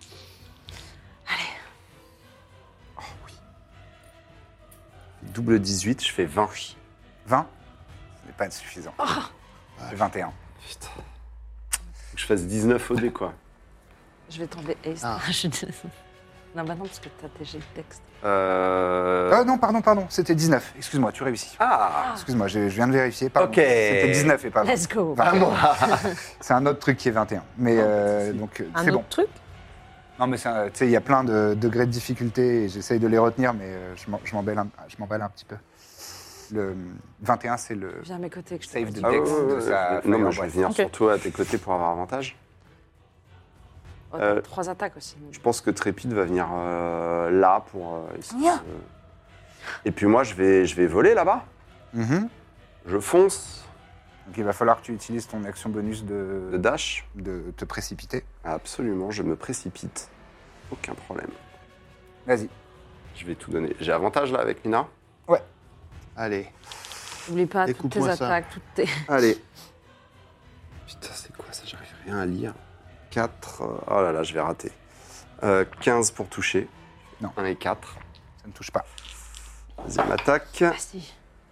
Double 18, je fais 20. 20. Ce n'est pas suffisant. 21. Putain. Faut que je fasse 19 au dé, quoi. Je vais tomber ace. Ah. Non, bah non, parce que t'as tes jets de texte. Non, pardon. C'était 19. Excuse-moi, tu réussis. Ah Excuse-moi, je viens de vérifier. Pardon. Ok. C'était 19 et pas 20. Let's go. C'est un autre truc qui est 21. Mais donc, Un c'est autre bon. truc. Non, mais tu sais, il y a plein de degrés de difficulté et j'essaye de les retenir, mais je m'emballe un petit peu. Le 21, c'est le Viens à mes côtés que je te save de dis. Ah ouais, Dex de sa non, mais Fire je vais Breath. venir Ok. surtout à tes côtés pour avoir avantage. Oh, t'as 3 attaques aussi. Je pense que Trépide va venir là pour essayer de- Et puis moi, je vais voler là-bas. Mhm. Je fonce Donc il va falloir que tu utilises ton action bonus de de dash. te précipiter. Absolument, je me précipite. Aucun problème. Vas-y. Je vais tout donner. J'ai avantage là avec Mina. Allez. N'oublie pas toutes tes Découpe-moi ça. attaques, toutes tes. Allez. Putain, c'est quoi ça? J'arrive rien à lire. 4. Oh là là, je vais rater. 15 pour toucher. Non. 1 et 4. Ça ne touche pas. Deuxième attaque. Ah si.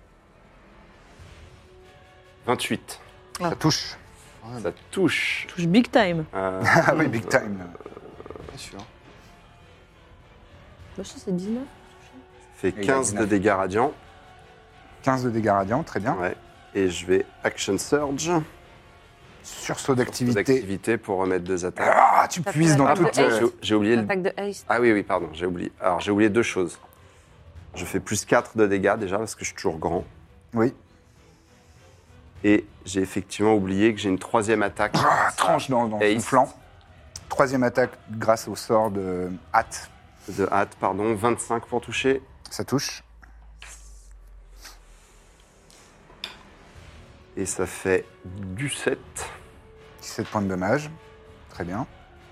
28. Ah. Ça touche. Ça touche. Touche big time. Ah oui, big time. Bien sûr. Bah, ça, c'est 19. Fait Et il a 15 de 19. dégâts radiants. 15 de dégâts radiants, très bien. Ouais. Et je vais Action Surge. Sursaut d'activité. D'activité pour remettre 2 attaques. Ah, tu Ça puises fait dans la toute... carte de haste. J'ai oublié le... Attaque de haste. Ah oui, pardon, j'ai oublié. Alors, j'ai oublié 2 choses. Je fais plus 4 de dégâts déjà parce que je suis toujours grand. Oui. Et j'ai effectivement oublié que j'ai une 3e attaque. Ah, tranche dans son Haste. flanc. Troisième attaque grâce au sort de hâte. De hâte, pardon. 25 pour toucher. Ça touche. Et ça fait du 7. 17 points de dommage. Très bien.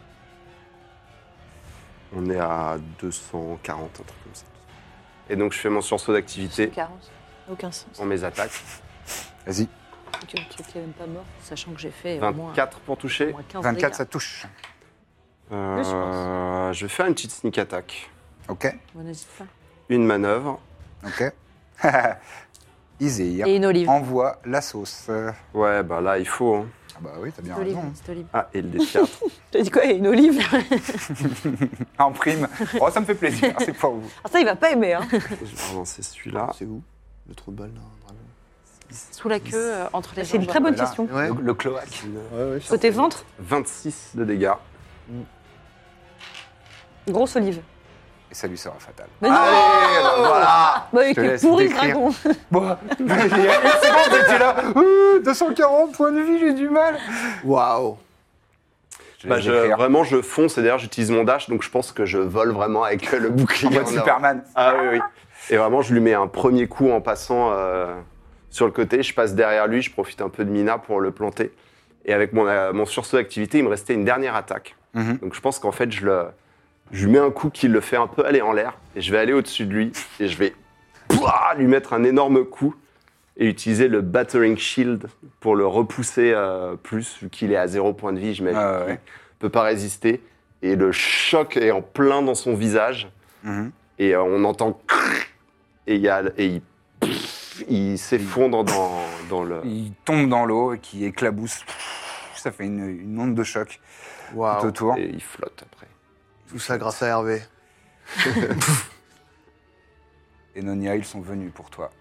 On est à 240, un truc comme ça. Et donc, je fais mon sursaut d'activité 40. Aucun sens. en mes attaques. Vas-y. Ok, le truc qui est même pas mort, sachant que j'ai fait au moins, 24 pour au toucher. moins 15 24, dégâts. ça touche. Je vais faire une petite sneak attack. Ok. Bon, n'hésite pas. Une manœuvre. Ok. Isir Et une olive. envoie la sauce. Ouais, bah là, il faut. Hein. Ah bah oui, t'as bien Petite olive, raison. petite olive. Ah, et le D4. T'as dit quoi? Une olive? En prime. Oh, ça me fait plaisir, c'est pour vous. Ah, ça, il va pas aimer. Hein. Je vais relancer celui-là. C'est où? Le trou de balle, là, vraiment. Sous la queue, entre les C'est une jambes. très bonne Voilà. question. Ouais. Le cloaque. Ouais, Côté ventre, 26 de dégâts. grosse olive. Et ça lui sera fatal. Mais non! voilà. Bah, il te est laisse pourri, le décrire. dragon. Bon, il y a une seconde, j'étais là. 240 points de vie, j'ai du mal. Waouh. Je Bah, laisse décrire. vraiment, je fonce et d'ailleurs, j'utilise mon dash, donc je pense que je vole vraiment avec le En bouclier. mode en avant. Superman. Ah oui, oui. Et vraiment, je lui mets un premier coup en passant sur le côté. Je passe derrière lui, je profite un peu de Mina pour le planter. Et avec mon sursaut d'activité, il me restait une dernière attaque. Mhm. Donc je pense qu'en fait, je lui mets un coup qui le fait un peu aller en l'air. Et je vais aller au-dessus de lui. Et je vais lui mettre un énorme coup. Et utiliser le Battering Shield pour le repousser plus, vu qu'il est à 0 point de vie. Je Ah, ouais. peut pas résister. Et le choc est en plein dans son visage. Mhm. Et on entend... Et il s'effondre dans le... Il tombe dans l'eau et qui éclabousse. Ça fait une onde de choc tout Waouh. autour. Et il flotte après. Tout ça grâce à Hervé. Et Nonia, ils sont venus pour toi.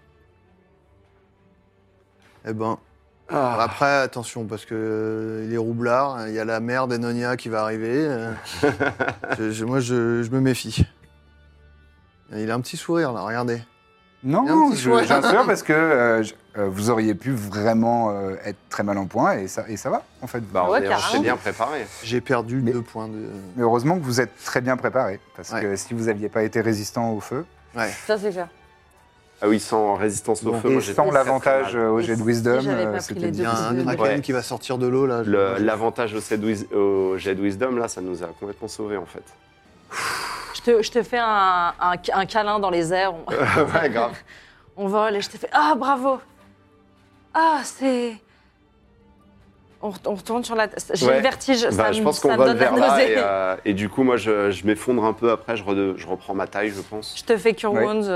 Eh ben, Ah. après, attention, parce que il est roublard, il y a la mère d'Enonia qui va arriver. Moi, je me méfie. Il a un petit sourire, là, regardez. Non, Il y a un petit sourire. j'insure parce que vous auriez pu vraiment être très mal en point et ça va, en fait. Bah, Ouais, on s'est carrément. bien préparé. J'ai perdu Mais- 2 points de... Mais heureusement que vous êtes très bien préparé parce Ouais. que si vous n'aviez pas été résistant au feu, Ouais. Ça, c'est clair. Ah oui, sans résistance au Bon. feu. et moi, j'étais sans très, l'avantage très mal. au jet de wisdom, Si j'avais pas pris c'était les Il y a difficile. un deux. kraken Ouais. qui va sortir de l'eau, là. L'avantage au jet de wisdom, là, ça nous a complètement sauvés, en fait. Je te fais un câlin dans les airs. Ouais, grave. On vole et je te fais ah bravo. Ah c'est On retourne sur la... J'ai Ouais. le vertige, Bah, ça je me- pense ça qu'on me vole donne la vers là nausée. et du coup, moi, je m'effondre un peu après, je reprends ma taille, je pense. Je te fais Cure Ouais. Wounds.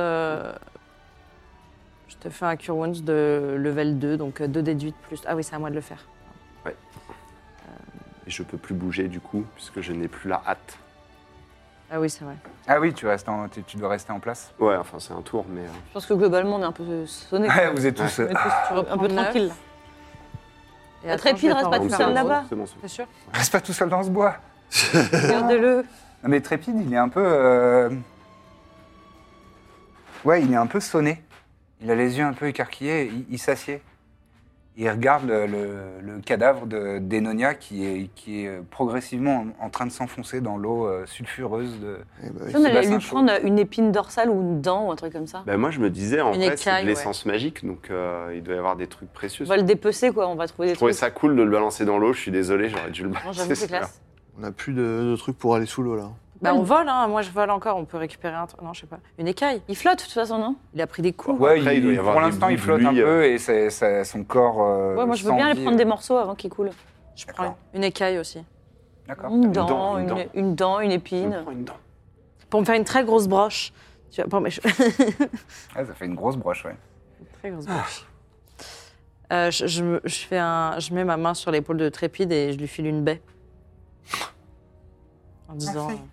Je te fais un Cure Wounds de level 2, donc 2 déduites plus... Ah oui, c'est à moi de le faire. Et je peux plus bouger du coup, puisque je n'ai plus la hâte. Ah oui, c'est vrai. Ah oui, tu dois rester en place. Ouais, enfin, c'est un tour, mais... Je pense que globalement, on est un peu sonné. Ouais, vous êtes tous. On est tous un peu reprends tranquille. là. Et La attends, trépide je vais reste t'en pas tout reprendre seul un autre. là-bas. C'est bon, c'est bon. T'es sûr Reste pas tout seul dans ce bois. Regardez-le. Non, mais Trépide, il est un peu. Ouais, il est un peu sonné. Il a les yeux un peu écarquillés. Il s'assied. Il regarde le cadavre d'Enonia qui est progressivement en train de s'enfoncer dans l'eau sulfureuse de. Eh ben oui. Si on allait bassin lui chaud. prendre une épine dorsale ou une dent ou un truc comme ça. Bah, moi, je me disais, en Une fait, c'est écaille, de l'essence magique, donc il doit y avoir des trucs précieux. On va le dépecer, quoi. On va trouver des Je trouvais trucs. ça cool de le balancer dans l'eau, je suis désolé, j'aurais dû le Non, balancer. j'avoue, c'est classe. On n'a plus de trucs pour aller sous l'eau là. Bah on vole, hein. Moi je vole encore, on peut récupérer un truc. Non, je sais pas. Une écaille. Il flotte, de toute façon, non? Il a pris des coups. Ouais, Après, il doit y avoir pour des l'instant, il bouts de flotte un lui, peu et son corps. Ouais, moi, je veux bien aller prendre des morceaux avant qu'il coule. Je prends D'accord. une écaille aussi. D'accord. Une dent, dent, une dent. une dent, une Je me épine. prends une dent. Pour me faire une très grosse broche. Tu vois, mais Ah, ça fait une grosse broche, ouais. très grosse broche. Je mets ma main sur l'épaule de Trépide et je lui file une baie. En disant. Merci.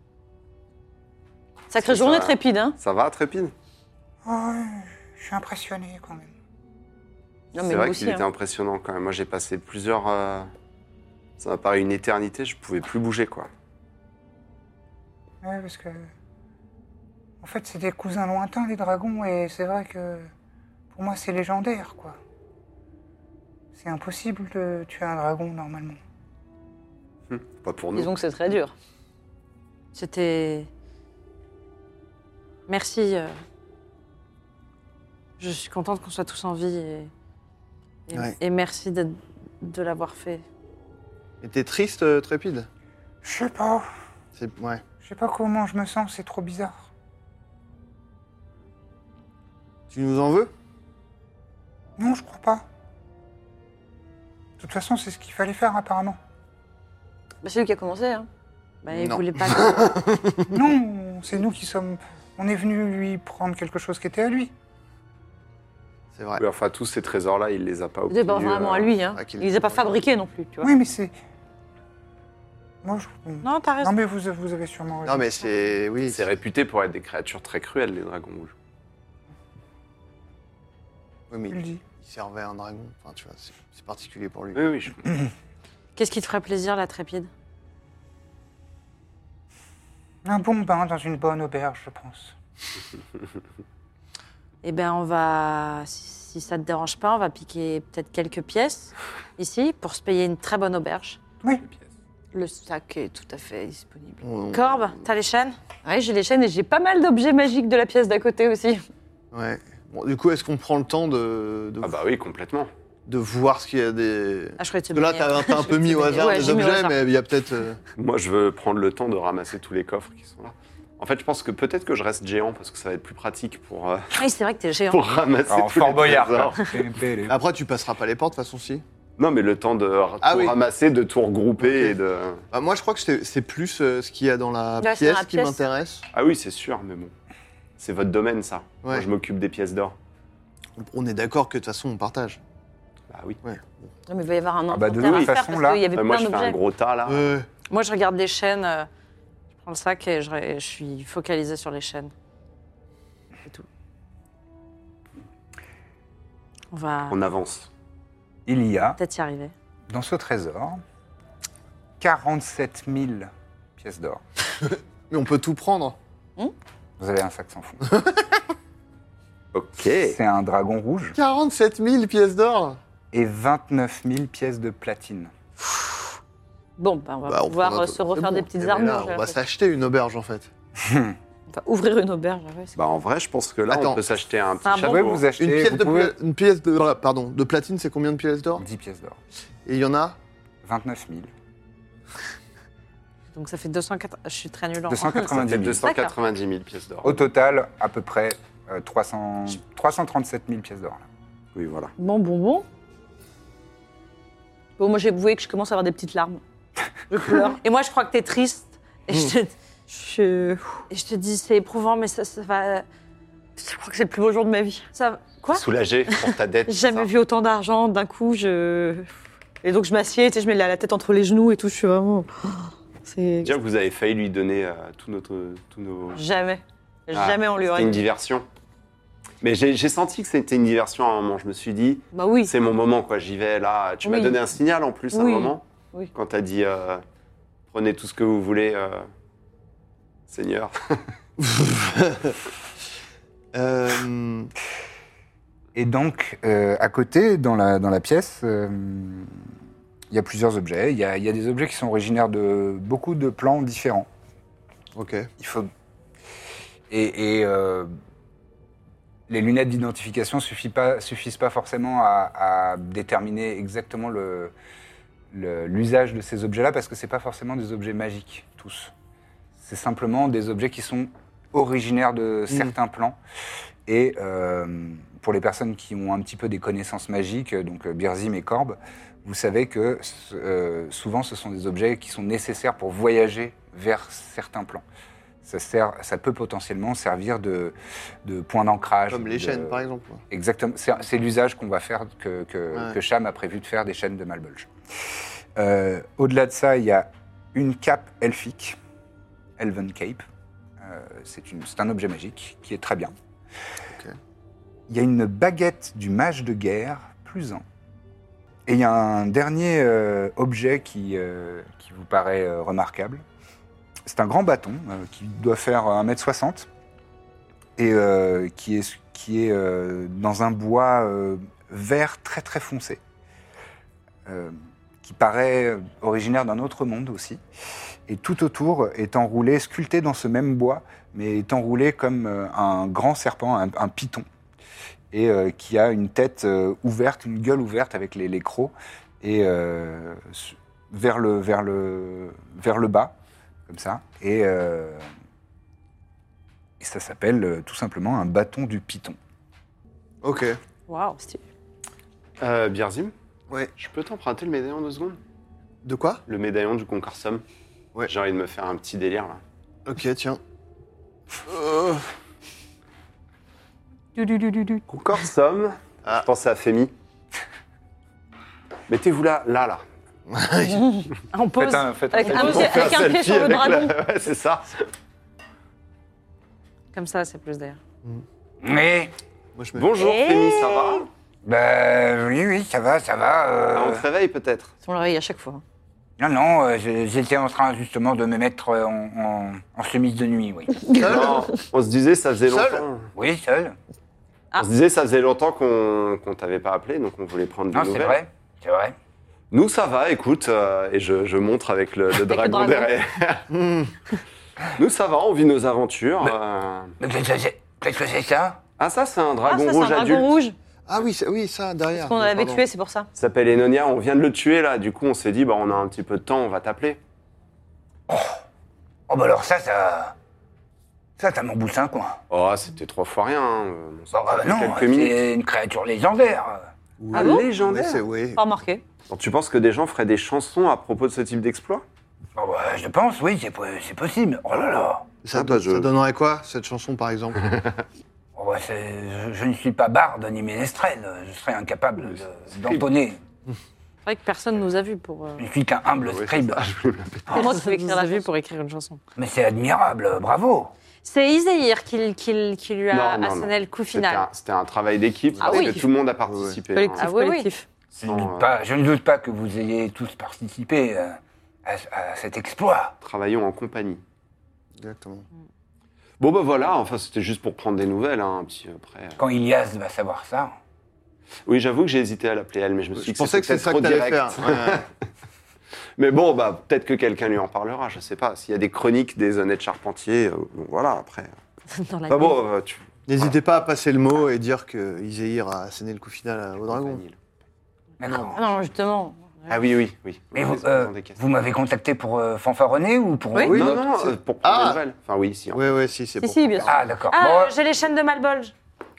Sacrée Ça journée va. trépide, hein? Ça va, Trépide? Oh, je suis impressionné quand même. Non, mais C'est vrai nous qu'il aussi. était hein. impressionnant quand même. Moi, j'ai passé plusieurs... Ça m'a paru une éternité, je pouvais plus bouger, quoi. Ouais, parce que. En fait, c'est des cousins lointains, les dragons, et c'est vrai que. Pour moi, c'est légendaire, quoi. C'est impossible de tuer un dragon, normalement. Pas pour nous. Disons que c'est très dur. C'était. Merci. Je suis contente qu'on soit tous en vie Ouais. et merci de l'avoir fait. Et t'es triste, Trépide? Je sais pas. Ouais. Je sais pas comment je me sens, c'est trop bizarre. Tu nous en veux? Non, je crois pas. De toute façon, c'est ce qu'il fallait faire, apparemment. Bah, c'est lui qui a commencé, hein. Bah, il Non. voulait pas. que- Non, c'est nous qui sommes. On est venu lui prendre quelque chose qui était à lui. C'est vrai. Oui, enfin, tous ces trésors-là, il les a pas C'était pas obtenus, vraiment à lui, hein. ouais, qu'il Il les a pas fabriqués non plus, tu vois. Oui, mais c'est. Moi, je. Non, t'as raison. Non, mais vous avez sûrement raison. Non, mais c'est. Oui. C'est réputé pour être des créatures très cruelles, les dragons rouges. Oui, mais Tu le dis. il servait à un dragon. Enfin, tu vois, c'est particulier pour lui. Oui, oui, Qu'est-ce qui te ferait plaisir, la Trépide? Un bon bain dans une bonne auberge, je pense. Eh bien, on va, si ça te dérange pas, on va piquer peut-être quelques pièces ici pour se payer une très bonne auberge. Oui. Le sac est tout à fait disponible. Corbe, t'as les chaînes? Ouais, j'ai les chaînes et j'ai pas mal d'objets magiques de la pièce d'à côté aussi. Ouais. Bon, du coup, est-ce qu'on prend le temps Ah bah oui, complètement. de voir ce qu'il y a des. Ah, je croyais que tu Parce que là, t'as un peu mis au hasard Ouais, des j'ai mis au objets, hasard. mais il y a peut-être. Moi, je veux prendre le temps de ramasser tous les coffres qui sont là. En fait, je pense que peut-être que je reste géant parce que ça va être plus pratique pour, Oui, c'est vrai que t'es géant. pour ramasser Alors, tous Fort les Boyard, trésors. quoi. Après, tu passeras pas les portes, de toute façon, si. Non, mais le temps de Ah tout oui. ramasser, de tout regrouper Ok. et de... Bah, moi, je crois que c'est plus ce qu'il y a dans la Ouais, c'est pièce dans la qui pièce. m'intéresse. Ah oui, c'est sûr, mais bon. C'est votre domaine, ça. Ouais. Moi, je m'occupe des pièces d'or. On est d'accord que de toute façon, on partage. Bah oui. Non, mais il va y avoir un Ah bah, de inventaire à toute faire façon, parce là, qu'il y avait Moi, plein je fais un d'objets. gros tas, là. Moi, je regarde les chaînes, je prends le sac et je suis focalisée sur les chaînes. C'est tout. On va On avance. Il y a, peut-être y arriver. dans ce trésor, 47 000 pièces d'or. Mais on peut tout prendre. Vous avez un sac sans fond. Ok. C'est un dragon rouge 47 000 pièces d'or. et 29 000 pièces de platine. Bon, bah, on va Bah, on pouvoir prend un peu. se refaire C'est des bon. petites Eh ben armures. là, j'ai on va l'impression. s'acheter une auberge, en fait. Enfin, ouvrir une auberge. Ouais, c'est- Bah, en vrai, je pense que là, Attends. on peut s'acheter un petit Un bon chapeau. Ouais, vous achetez, Une pièce, vous de, pouvez... une pièce de, pardon, de platine, c'est combien de pièces d'or? 10 pièces d'or. Et il y en a 29 000. Donc ça fait 204. Je suis très nulle en 290 000. 290 000 pièces d'or. Au total, à peu près 337 000 pièces d'or. là. Oui, voilà. Bon. Bon, moi, vous voyez que je commence à avoir des petites larmes. Je pleure. Et moi, je crois que t'es triste. Et Je... je te dis, c'est éprouvant, mais ça va. je crois que c'est le plus beau jour de ma vie. Ça, quoi? Soulagé pour ta dette. J'ai jamais ça. vu autant d'argent d'un coup. Et donc, je m'assieds, tu sais, je mets la tête entre les genoux et tout. Je suis vraiment... C'est... Dire que vous avez failli lui donner tous nos... Jamais. Ah, Jamais on lui C'était aurait une dit. diversion. Mais j'ai senti que c'était une diversion à un moment. Je me suis dit, Bah oui. c'est mon moment, quoi. J'y vais là. Tu m'as Oui. donné un signal en plus à un Oui. moment. Oui. Quand t'as dit, prenez tout ce que vous voulez, Seigneur. Et donc, à côté, dans la pièce, il y a plusieurs objets. Il y a des objets qui sont originaires de beaucoup de plans différents. Ok. Il faut... Et les lunettes d'identification suffisent pas forcément à déterminer exactement l'usage de ces objets-là, parce que c'est pas forcément des objets magiques, tous. C'est simplement des objets qui sont originaires de certains plans. Et pour les personnes qui ont un petit peu des connaissances magiques, donc Birzim et Corbe, vous savez que souvent ce sont des objets qui sont nécessaires pour voyager vers certains plans. Ça peut potentiellement servir de point d'ancrage. Comme les chaînes, par exemple. Exactement. C'est l'usage qu'on va faire, que Cham a prévu de faire des chaînes de Malbolge. Au-delà de ça, il y a une cape elfique, Elven Cape. C'est un objet magique qui est très bien. Ok. Il y a une baguette du mage de guerre, plus un. Et il y a un dernier objet qui vous paraît remarquable. C'est un grand bâton qui doit faire 1m60 et qui est dans un bois vert très très foncé, qui paraît originaire d'un autre monde aussi. Et tout autour est enroulé, sculpté dans ce même bois, mais est enroulé comme un grand serpent, un python, et qui a une tête ouverte, une gueule ouverte avec les crocs, et vers le bas, comme ça. Et ça s'appelle tout simplement un bâton du python. Ok. Waouh, stylé. Birzim, Ouais. je peux t'emprunter le médaillon 2 secondes? De quoi? Le médaillon du Concorsum. Ouais. J'ai envie de me faire un petit délire, là. Ok, tiens. Concorsum. Ah. Je pensais à Fémi. Mettez-vous là. On pose. Avec un pied selfie sur le avec dragon. Ouais, c'est ça. Comme ça, c'est plus d'air. Mais, Moi, je me... Bonjour Fémi, ça va? oui, ça va. On te réveille peut-être? On le réveille à chaque fois. Non, j'étais en train justement de me mettre en chemise de nuit, oui. Non, on se disait ça faisait Seul longtemps. Oui, seul. On se disait ça faisait longtemps qu'on t'avait pas appelé, donc on voulait prendre des Non, c'est nouvelles. vrai. Nous ça va, écoute, et je montre avec le dragon dragon. derrière. Nous ça va, on vit nos aventures. Mais qu'est-ce que c'est ça? Ah ça c'est un Ah, dragon ça, c'est rouge un adulte. dragon rouge. Ah oui, ça, derrière. Parce qu'on l'avait Pardon. tué, c'est pour ça. Il s'appelle Enonia, on vient de le tuer là, du coup on s'est dit bah on a un petit peu de temps, on va t'appeler. Oh, bah alors ça t'as mon boussin, quoi. Oh c'était 3 fois rien, hein. Bah, non, quelques minutes. c'est une créature légendaire. Ah bon Légendaire. Oui. Pas remarqué. Alors, tu penses que des gens feraient des chansons à propos de ce type d'exploit? Oh, bah, je pense, oui, c'est possible. Oh là là. Ça, Ah, bah, je- ça donnerait quoi, cette chanson, par exemple? Oh, bah, je ne suis pas barde ni ménestrel. Je serais incapable d'entonner. C'est vrai que personne nous a vus pour. Je ne suis qu'un humble Oui, c'est scribe. ça, je voulais l'appeler. Comment tu peux nous écrire a la vus chanson pour écrire une chanson. Mais c'est admirable, bravo. C'est Iséir qui lui a Non, asséné le coup final. C'était un travail d'équipe, Ah parce oui. que tout le monde a participé. Collectif, hein. Ah oui, oui. collectif. Je ne doute pas que vous ayez tous participé à cet exploit. Travaillons en compagnie. Exactement. Bon bah voilà, enfin c'était juste pour prendre des nouvelles, hein, un petit après. Quand Ilias va savoir ça. Oui, j'avoue que j'ai hésité à l'appeler elle, mais je me suis dit Je pensais que c'est c'était ça que trop t'allais direct. faire. Ouais. Mais bon, bah peut-être que quelqu'un lui en parlera, je sais pas. S'il y a des chroniques des honnêtes charpentiers, bon, voilà, après. Dans la Enfin nuit. bon, tu... N'hésitez pas à passer le mot et dire que Iséir a asséné le coup final au dragon. D'accord. Ah non, justement. Ah oui. Mais Oui, vous, c'est dans des caisses. vous m'avez contacté pour fanfaronner ou pour... Oui. Non, pour prendre des nouvelles. Enfin oui, si. Oui, si, c'est Si, pour si, bien sûr. Ah, d'accord. Ah, Bon, j'ai les chaînes de Malbolge.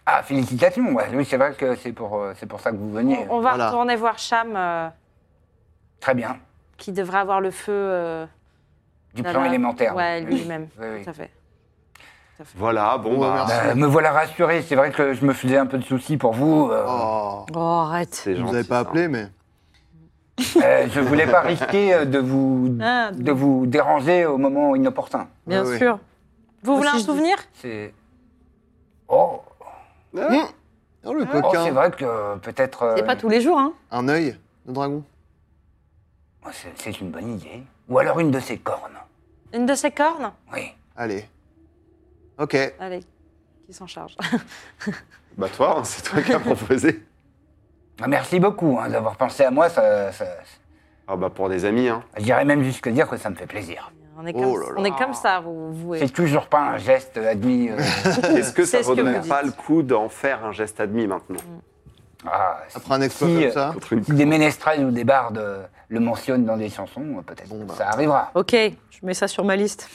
félicitations. Ouais. Oui, c'est vrai que c'est pour ça que vous veniez. On va Voilà. retourner voir Cham. Très bien. qui devrait avoir le feu. Du là, plan là. élémentaire. Ouais, Oui. lui-même. Oui, oui. Tout à fait. Voilà, bon, Ouais, bah, merci. Me voilà rassuré. C'est vrai que je me faisais un peu de soucis pour vous. Oh, Oh, arrête. c'est vous gentil. n'avez pas ça. appelé, mais... Je voulais pas risquer de vous déranger au moment inopportun. Bien Ouais, sûr. Vous voulez Aussi, un je dis- souvenir? C'est. Oh, Oh, le oh, coquin. c'est vrai que peut-être. C'est pas tous les jours, hein. Un œil de dragon. C'est une bonne idée. Ou alors une de ses cornes. Une de ces cornes? Oui. Allez. Ok. Allez, qui s'en charge? Bah toi, hein, c'est toi qui as proposé. Ah, merci beaucoup d'avoir pensé à moi. Ah bah pour des amis, hein. Je dirais même jusqu'à dire que ça me fait plaisir. On est Oh comme, là là. on est comme ça, vous et... C'est toujours pas un geste admis. Est-ce que ça C'est ce que vaudrait vous pas dites. le coup d'en faire un geste admis maintenant Après un exploit si, comme ça. contre une si des ménestrels ou des bardes le mentionnent dans des chansons, peut-être Bon, bah. ça arrivera. Ok, je mets ça sur ma liste.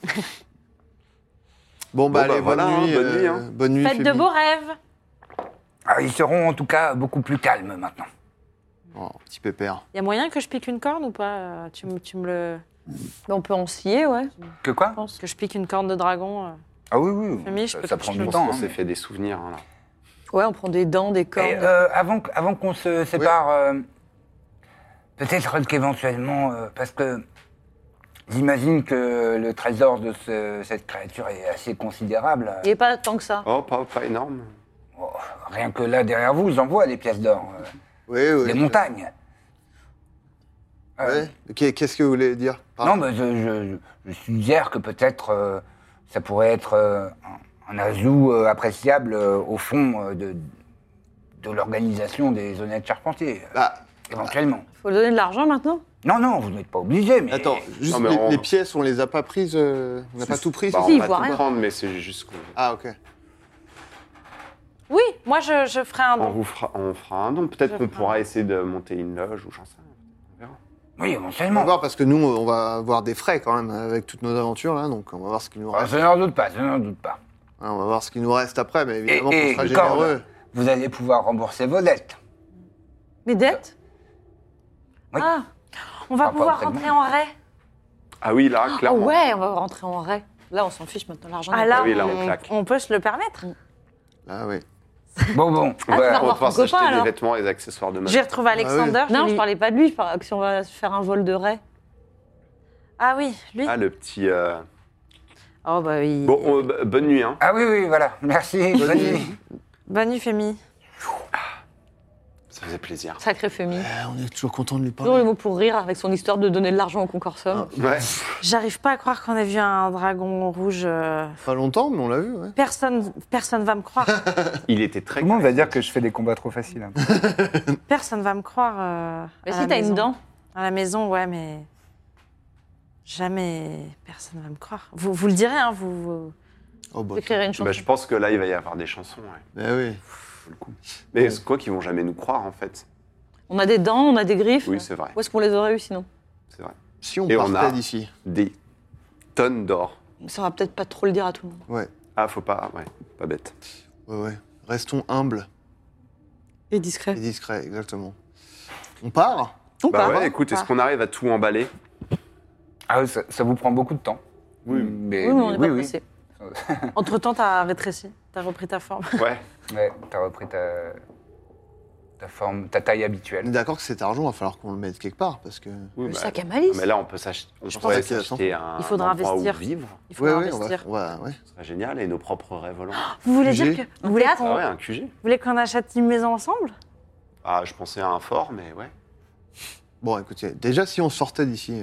Bon, bah, Bon, bah, allez, voilà, bonne nuit. bonne nuit, hein. Bonne nuit, Faites de Fémi. beaux rêves! Ah, ils seront en tout cas beaucoup plus calmes maintenant. Oh, petit pépère. Il y a moyen que je pique une corne ou pas? Tu me le... On peut en scier, ouais. Que quoi Que je pique une corne de dragon? Ah oui, oui. Fémi, je peux ça te prend piquer du On temps. hein, s'est mais- fait des souvenirs, hein, là. Ouais, on prend des dents, des cornes. Et, avant qu'on se sépare, peut-être qu'éventuellement, parce que j'imagine que le trésor de cette créature est assez considérable. Il n'y a pas tant que ça. Oh, pas énorme. Oh, rien que là, derrière vous, j'en vois des pièces d'or. Oui, oui. Des montagnes. Ouais. Ok, qu'est-ce que vous voulez dire par Non, là? mais je suggère que peut-être ça pourrait être un ajout appréciable au fond de l'organisation des honnêtes charpentiers, Bah, éventuellement. Faut donner de l'argent maintenant. Non, vous n'êtes pas obligé, mais... attends, juste Non, mais les on- pièces, on les a pas prises. On n'a pas tout pris, Bah, c'est on Si, il va voit tout rien. prendre, mais c'est juste qu'on Ah, ok. Oui, moi je ferai un don. on fera un don. Peut-être Je qu'on ferai pourra un- essayer de monter une loge ou j'en sais rien. On verra. Oui, On va éventuellement. voir parce que nous, on va avoir des frais quand même avec toutes nos aventures là, donc on va voir ce qu'il nous Ah, reste. je n'en doute pas, je n'en doute pas. On va voir ce qu'il nous reste après, mais évidemment qu'on Et sera Corbe, généreux. vous allez pouvoir rembourser vos dettes. Mes dettes Oui. Ah, On va Pas pouvoir autrement. rentrer en raie. Ah oui, là, oh clairement. ouais, on va rentrer en raie. Là, on s'en fiche maintenant, l'argent. Ah n'est là, Ah oui, là, on claque. on peut se le permettre. Ah oui. Bon, Ah, tu vas On va revoir pouvoir ton copain, s'acheter des alors. vêtements et des accessoires de mode. J'ai retrouvé Alexander. Non, lui- je parlais pas de lui, je parlais que si on va se faire un vol de raie. Ah oui, lui. Ah, le petit... Oh bah oui. Bon, bonne nuit, hein. Ah oui, voilà. Merci. Bonne nuit. Bonne nuit, Fémi. Ça faisait plaisir. Sacré Fémi. On est toujours content de lui Toujours le parler. mot pour rire avec son histoire de donner de l'argent au concorsum. Ouais. J'arrive pas à croire qu'on ait vu un dragon rouge. Pas longtemps, mais on l'a vu, ouais. Personne va me croire. Il était très... Tout le monde va dire que je fais des combats trop faciles. hein. Personne va me croire. Mais à si la t'as maison. une dent. À la maison, ouais, mais jamais personne va me croire. Vous le direz, hein, vous. Oh, bah, J'écrirai une chanson. Bah, je pense que là, il va y avoir des chansons, ouais. eh oui. Pour le coup. Mais c'est quoi qu'ils vont jamais nous croire, en fait. On a des dents, on a des griffes. Oui, c'est vrai. Où est-ce qu'on les aurait eu sinon? C'est vrai. Si on Et on partait a- d'ici. Des tonnes d'or. Ça va peut-être pas trop le dire à tout le monde. Ouais, Ah, faut pas... Ouais, pas bête. ouais. Restons humbles Et discret. et discrets, exactement. On part On Bah part. ouais, écoute, est-ce qu'on arrive à tout emballer? Ah, ça vous prend beaucoup de temps. Oui. Mais, Oui, mais on n'est oui, pas oui. pressé. Entre-temps, t'as rétréci. T'as repris ta forme. Ouais. Ouais, t'as repris ta forme, ta taille On est habituelle. d'accord que cet argent, il va falloir qu'on le mette quelque part, parce que... Oui, Le bah, sac à malice. mais là, on peut s'acheter, pense pourrait qu'il y a s'acheter un Il faudra endroit investir. où vivre. Il faudra Ouais, investir. ouais. Ce serait génial. Et nos propres rêves volants. Vous voulez QG. dire que vous voulez Ah ouais, un QG. vous voulez qu'on achète une maison ensemble? Ah, je pensais à un fort, mais ouais. Bon, écoutez, déjà, si on sortait d'ici...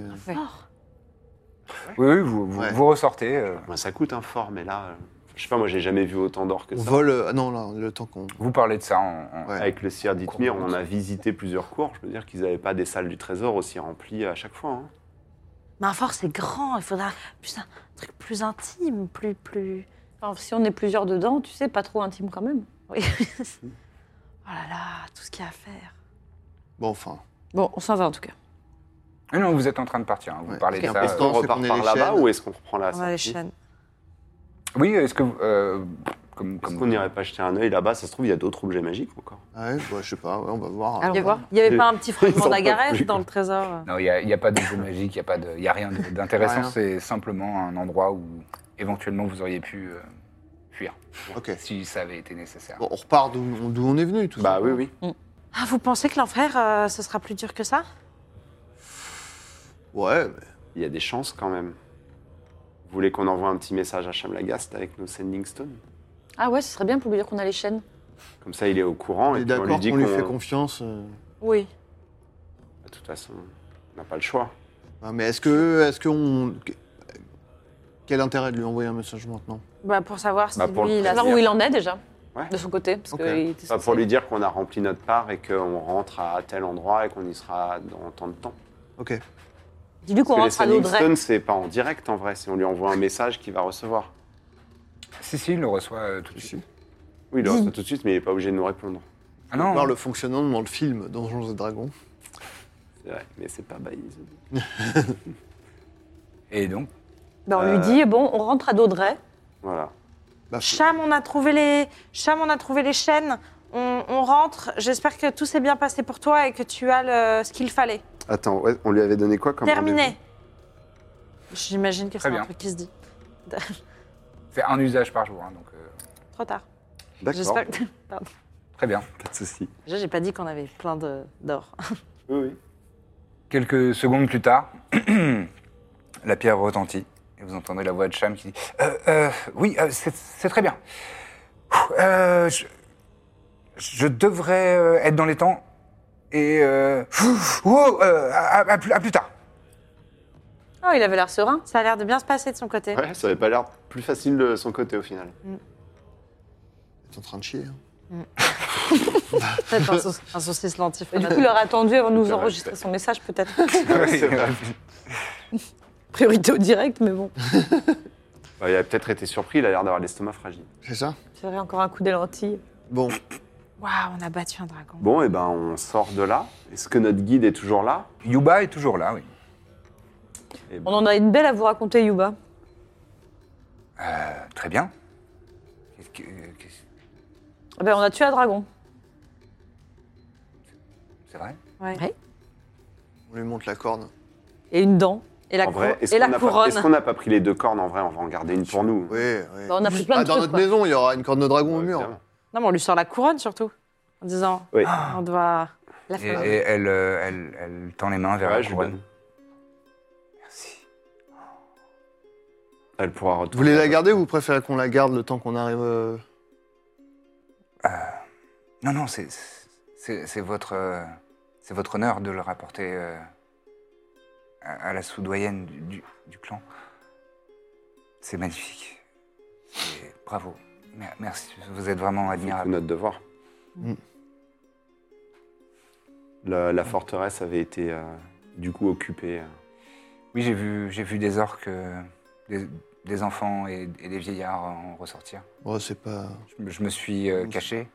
Oui, Ouais. vous ressortez. Bah, ça coûte un fort, mais là, je sais pas, moi, j'ai jamais vu autant d'or que on ça. vole... non, là, le temps qu'on... Vous parlez de ça en... Ouais. Avec le sire Dithmir, on a visité plusieurs cours. Je peux dire qu'ils n'avaient pas des salles du trésor aussi remplies à chaque fois. Hein. Mais un fort, c'est grand. Il faudra plus un truc plus intime, plus. Enfin, si on est plusieurs dedans, tu sais, pas trop intime quand même. Oui. Oh là là, tout ce qu'il y a à faire. Bon, enfin... Bon, on s'en va en tout cas. Ah non, vous êtes en train de partir. Vous Ouais. parlez de Ok. ça. Est-ce Non, qu'on c'est repart qu'on est par les là-bas chaînes. ou est-ce qu'on reprend la On a les sortie chaînes. Oui, est-ce que Est-ce qu'on n'irait pas jeter un œil là-bas? Ça se trouve, il y a d'autres objets magiques encore. Ouais, bah, je sais pas, ouais, on va voir. Alors, Il y voir. il y avait pas un petit Ils fragment en peuvent d'agarès plus. dans le trésor? Non, il n'y a pas d'objet magique, il n'y a rien d'intéressant. Rien. C'est simplement un endroit où éventuellement vous auriez pu fuir, Ok. si ça avait été nécessaire. Bon, on repart d'où on est venu, tout Bah ça. oui. Ah, vous pensez que l'enfer, ce sera plus dur que ça? Ouais, mais Il y a des chances quand même. Vous voulez qu'on envoie un petit message à Shamlagast avec nos Sending Stones? Ah ouais, ce serait bien pour lui dire qu'on a les chaînes. Comme ça, il est au courant on et est puis on d'accord lui dit qu'on lui qu'on... fait confiance. Oui. De toute façon, on n'a pas le choix. Ah, mais est-ce qu'on... Quel intérêt de lui envoyer un message maintenant? Bah, pour savoir si Bah, pour lui, le il a... Savoir où il en est déjà, Ouais. de son côté. Parce Ok. que il était Pas censé- pour lui dire qu'on a rempli notre part et qu'on rentre à tel endroit et qu'on y sera dans tant de temps. Ok. Dis-lui qu'on Parce que les rentre à Sending l'Audrey. Stones, c'est pas en direct en vrai. Si on lui envoie un message qu'il va recevoir. Si, il le reçoit tout de suite. Oui, il le reçoit tout de suite, mais il n'est pas obligé de nous répondre. Ah On non, voir le fonctionnement dans le film Donjons et Dragons. C'est vrai, mais c'est pas Baïs. et donc Ben, on lui dit, bon, on rentre à Daudray. Voilà. Bah, Cham, on a trouvé les chaînes. On rentre. J'espère que tout s'est bien passé pour toi et que tu as ce qu'il fallait. Attends, ouais, on lui avait donné quoi comme Terminé. rendez-vous? J'imagine que Très c'est bien. un truc qui se dit. c'est un usage par jour, hein, donc Trop tard. D'accord, J'espère que... Pardon. très bien. pas de souci. Déjà, j'ai pas dit qu'on avait plein d'or. Oui. Quelques secondes plus tard, la pierre retentit et vous entendez la voix de Cham qui dit oui, c'est très bien. Je devrais être dans les temps et à plus tard. Oh, il avait l'air serein. Ça a l'air de bien se passer de son côté. Ouais, ça avait pas l'air plus facile de son côté au final. Ils sont en train de chier. Hein. Peut-être un saucisse lentif. Et du coup, il aurait attendu avant de nous C'est vrai, enregistrer son message, peut-être. C'est vrai. Priorité au direct, mais bon. Bah, il a peut-être été surpris, il a l'air d'avoir l'estomac fragile. C'est ça? C'est vrai, encore un coup des lentilles. Bon, Waouh, on a battu un dragon. Bon, et ben on sort de là. Est-ce que notre guide est toujours là? Yuba est toujours là, oui. Eh ben, On en a une belle à vous raconter, Yuba. Très bien. Eh ben, on a tué un dragon. C'est vrai? Ouais. on lui monte la corne. Et une dent. Et la, en vrai, est-ce et la qu'on n'a couronne. est-ce qu'on n'a pas pris les deux cornes en vrai? On va en garder une pour nous. Oui, oui. Bah, on a pris plein de Dans trucs, notre quoi. maison, il y aura une corne de dragon au Ouais, mur. évidemment. Non, mais on lui sort la couronne surtout. En disant, Oui. on doit la Et, faire. elle tend les mains vers Ouais, la je lui couronne. donne. Merci. Elle pourra Vous retourner. voulez la garder ou vous préférez qu'on la garde le temps qu'on arrive Non, c'est votre honneur de le rapporter à la sous-doyenne du clan. C'est magnifique. Et bravo. Merci, vous êtes vraiment C'est admirable. notre devoir. Mm. La forteresse avait été du coup occupée. Oui, j'ai vu des orques, des enfants et des vieillards en ressortir. Bon, c'est pas... Je me suis caché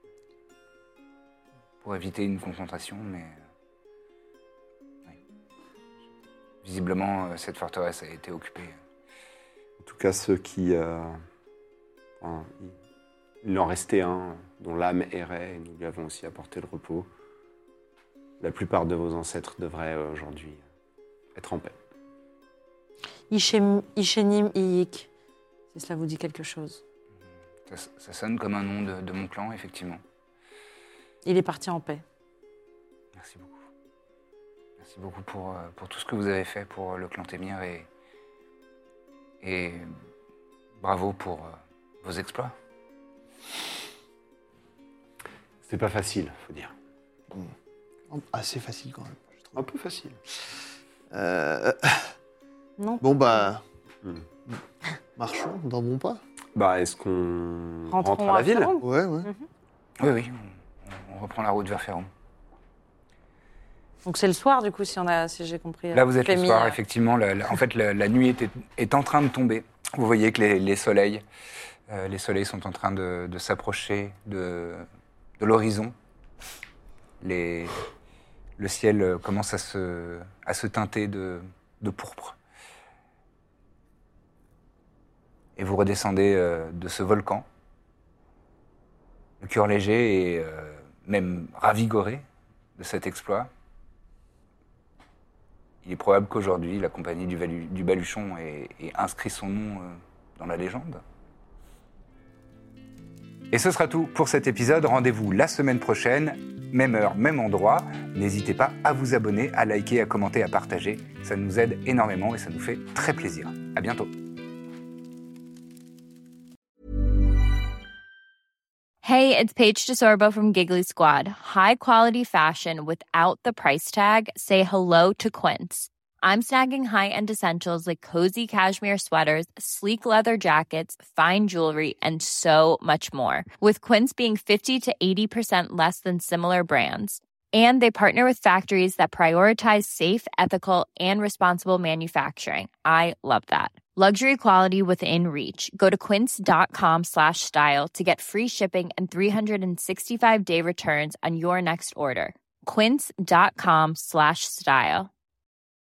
pour éviter une confrontation, mais oui. Visiblement, cette forteresse a été occupée. En tout cas, ceux qui... enfin, il en restait un dont l'âme errait et nous lui avons aussi apporté le repos. La plupart de vos ancêtres devraient aujourd'hui être en paix. Ishenim Iyik. Si cela vous dit quelque chose. Ça sonne comme un nom de mon clan, effectivement. Il est parti en paix. Merci beaucoup. Merci beaucoup pour tout ce que vous avez fait pour le clan Témir et bravo pour vos exploits. C'est pas facile, faut dire. Assez facile quand même. je trouve. Un peu facile. Non. Bon, bah... Hmm. Marchons dans mon pas. Bah, est-ce qu'on Rentrons rentre à la ville? Ferron. Ouais, ouais. Oui, on reprend la route vers Ferron. Donc c'est le soir, du coup, si j'ai compris. Là, vous êtes le Femi, soir, effectivement. En fait, la nuit est en train de tomber. Vous voyez que les soleils sont en train de s'approcher de l'horizon. Le ciel commence à se teinter de pourpre. Et vous redescendez de ce volcan le cœur léger et même ravigoré de cet exploit. Il est probable qu'aujourd'hui, la compagnie du Baluchon ait inscrit son nom dans la légende. Et ce sera tout pour cet épisode. Rendez-vous la semaine prochaine, même heure, même endroit. N'hésitez pas à vous abonner, à liker, à commenter, à partager. Ça nous aide énormément et ça nous fait très plaisir. À bientôt. Hey, it's Paige DeSorbo from Giggly Squad. High quality fashion without the price tag. Say hello to Quince. I'm snagging high-end essentials like cozy cashmere sweaters, sleek leather jackets, fine jewelry, and so much more. With Quince being 50 to 80% less than similar brands. And they partner with factories that prioritize safe, ethical, and responsible manufacturing. I love that. Luxury quality within reach. Go to quince.com/style to get free shipping and 365-day returns on your next order. Quince.com/style.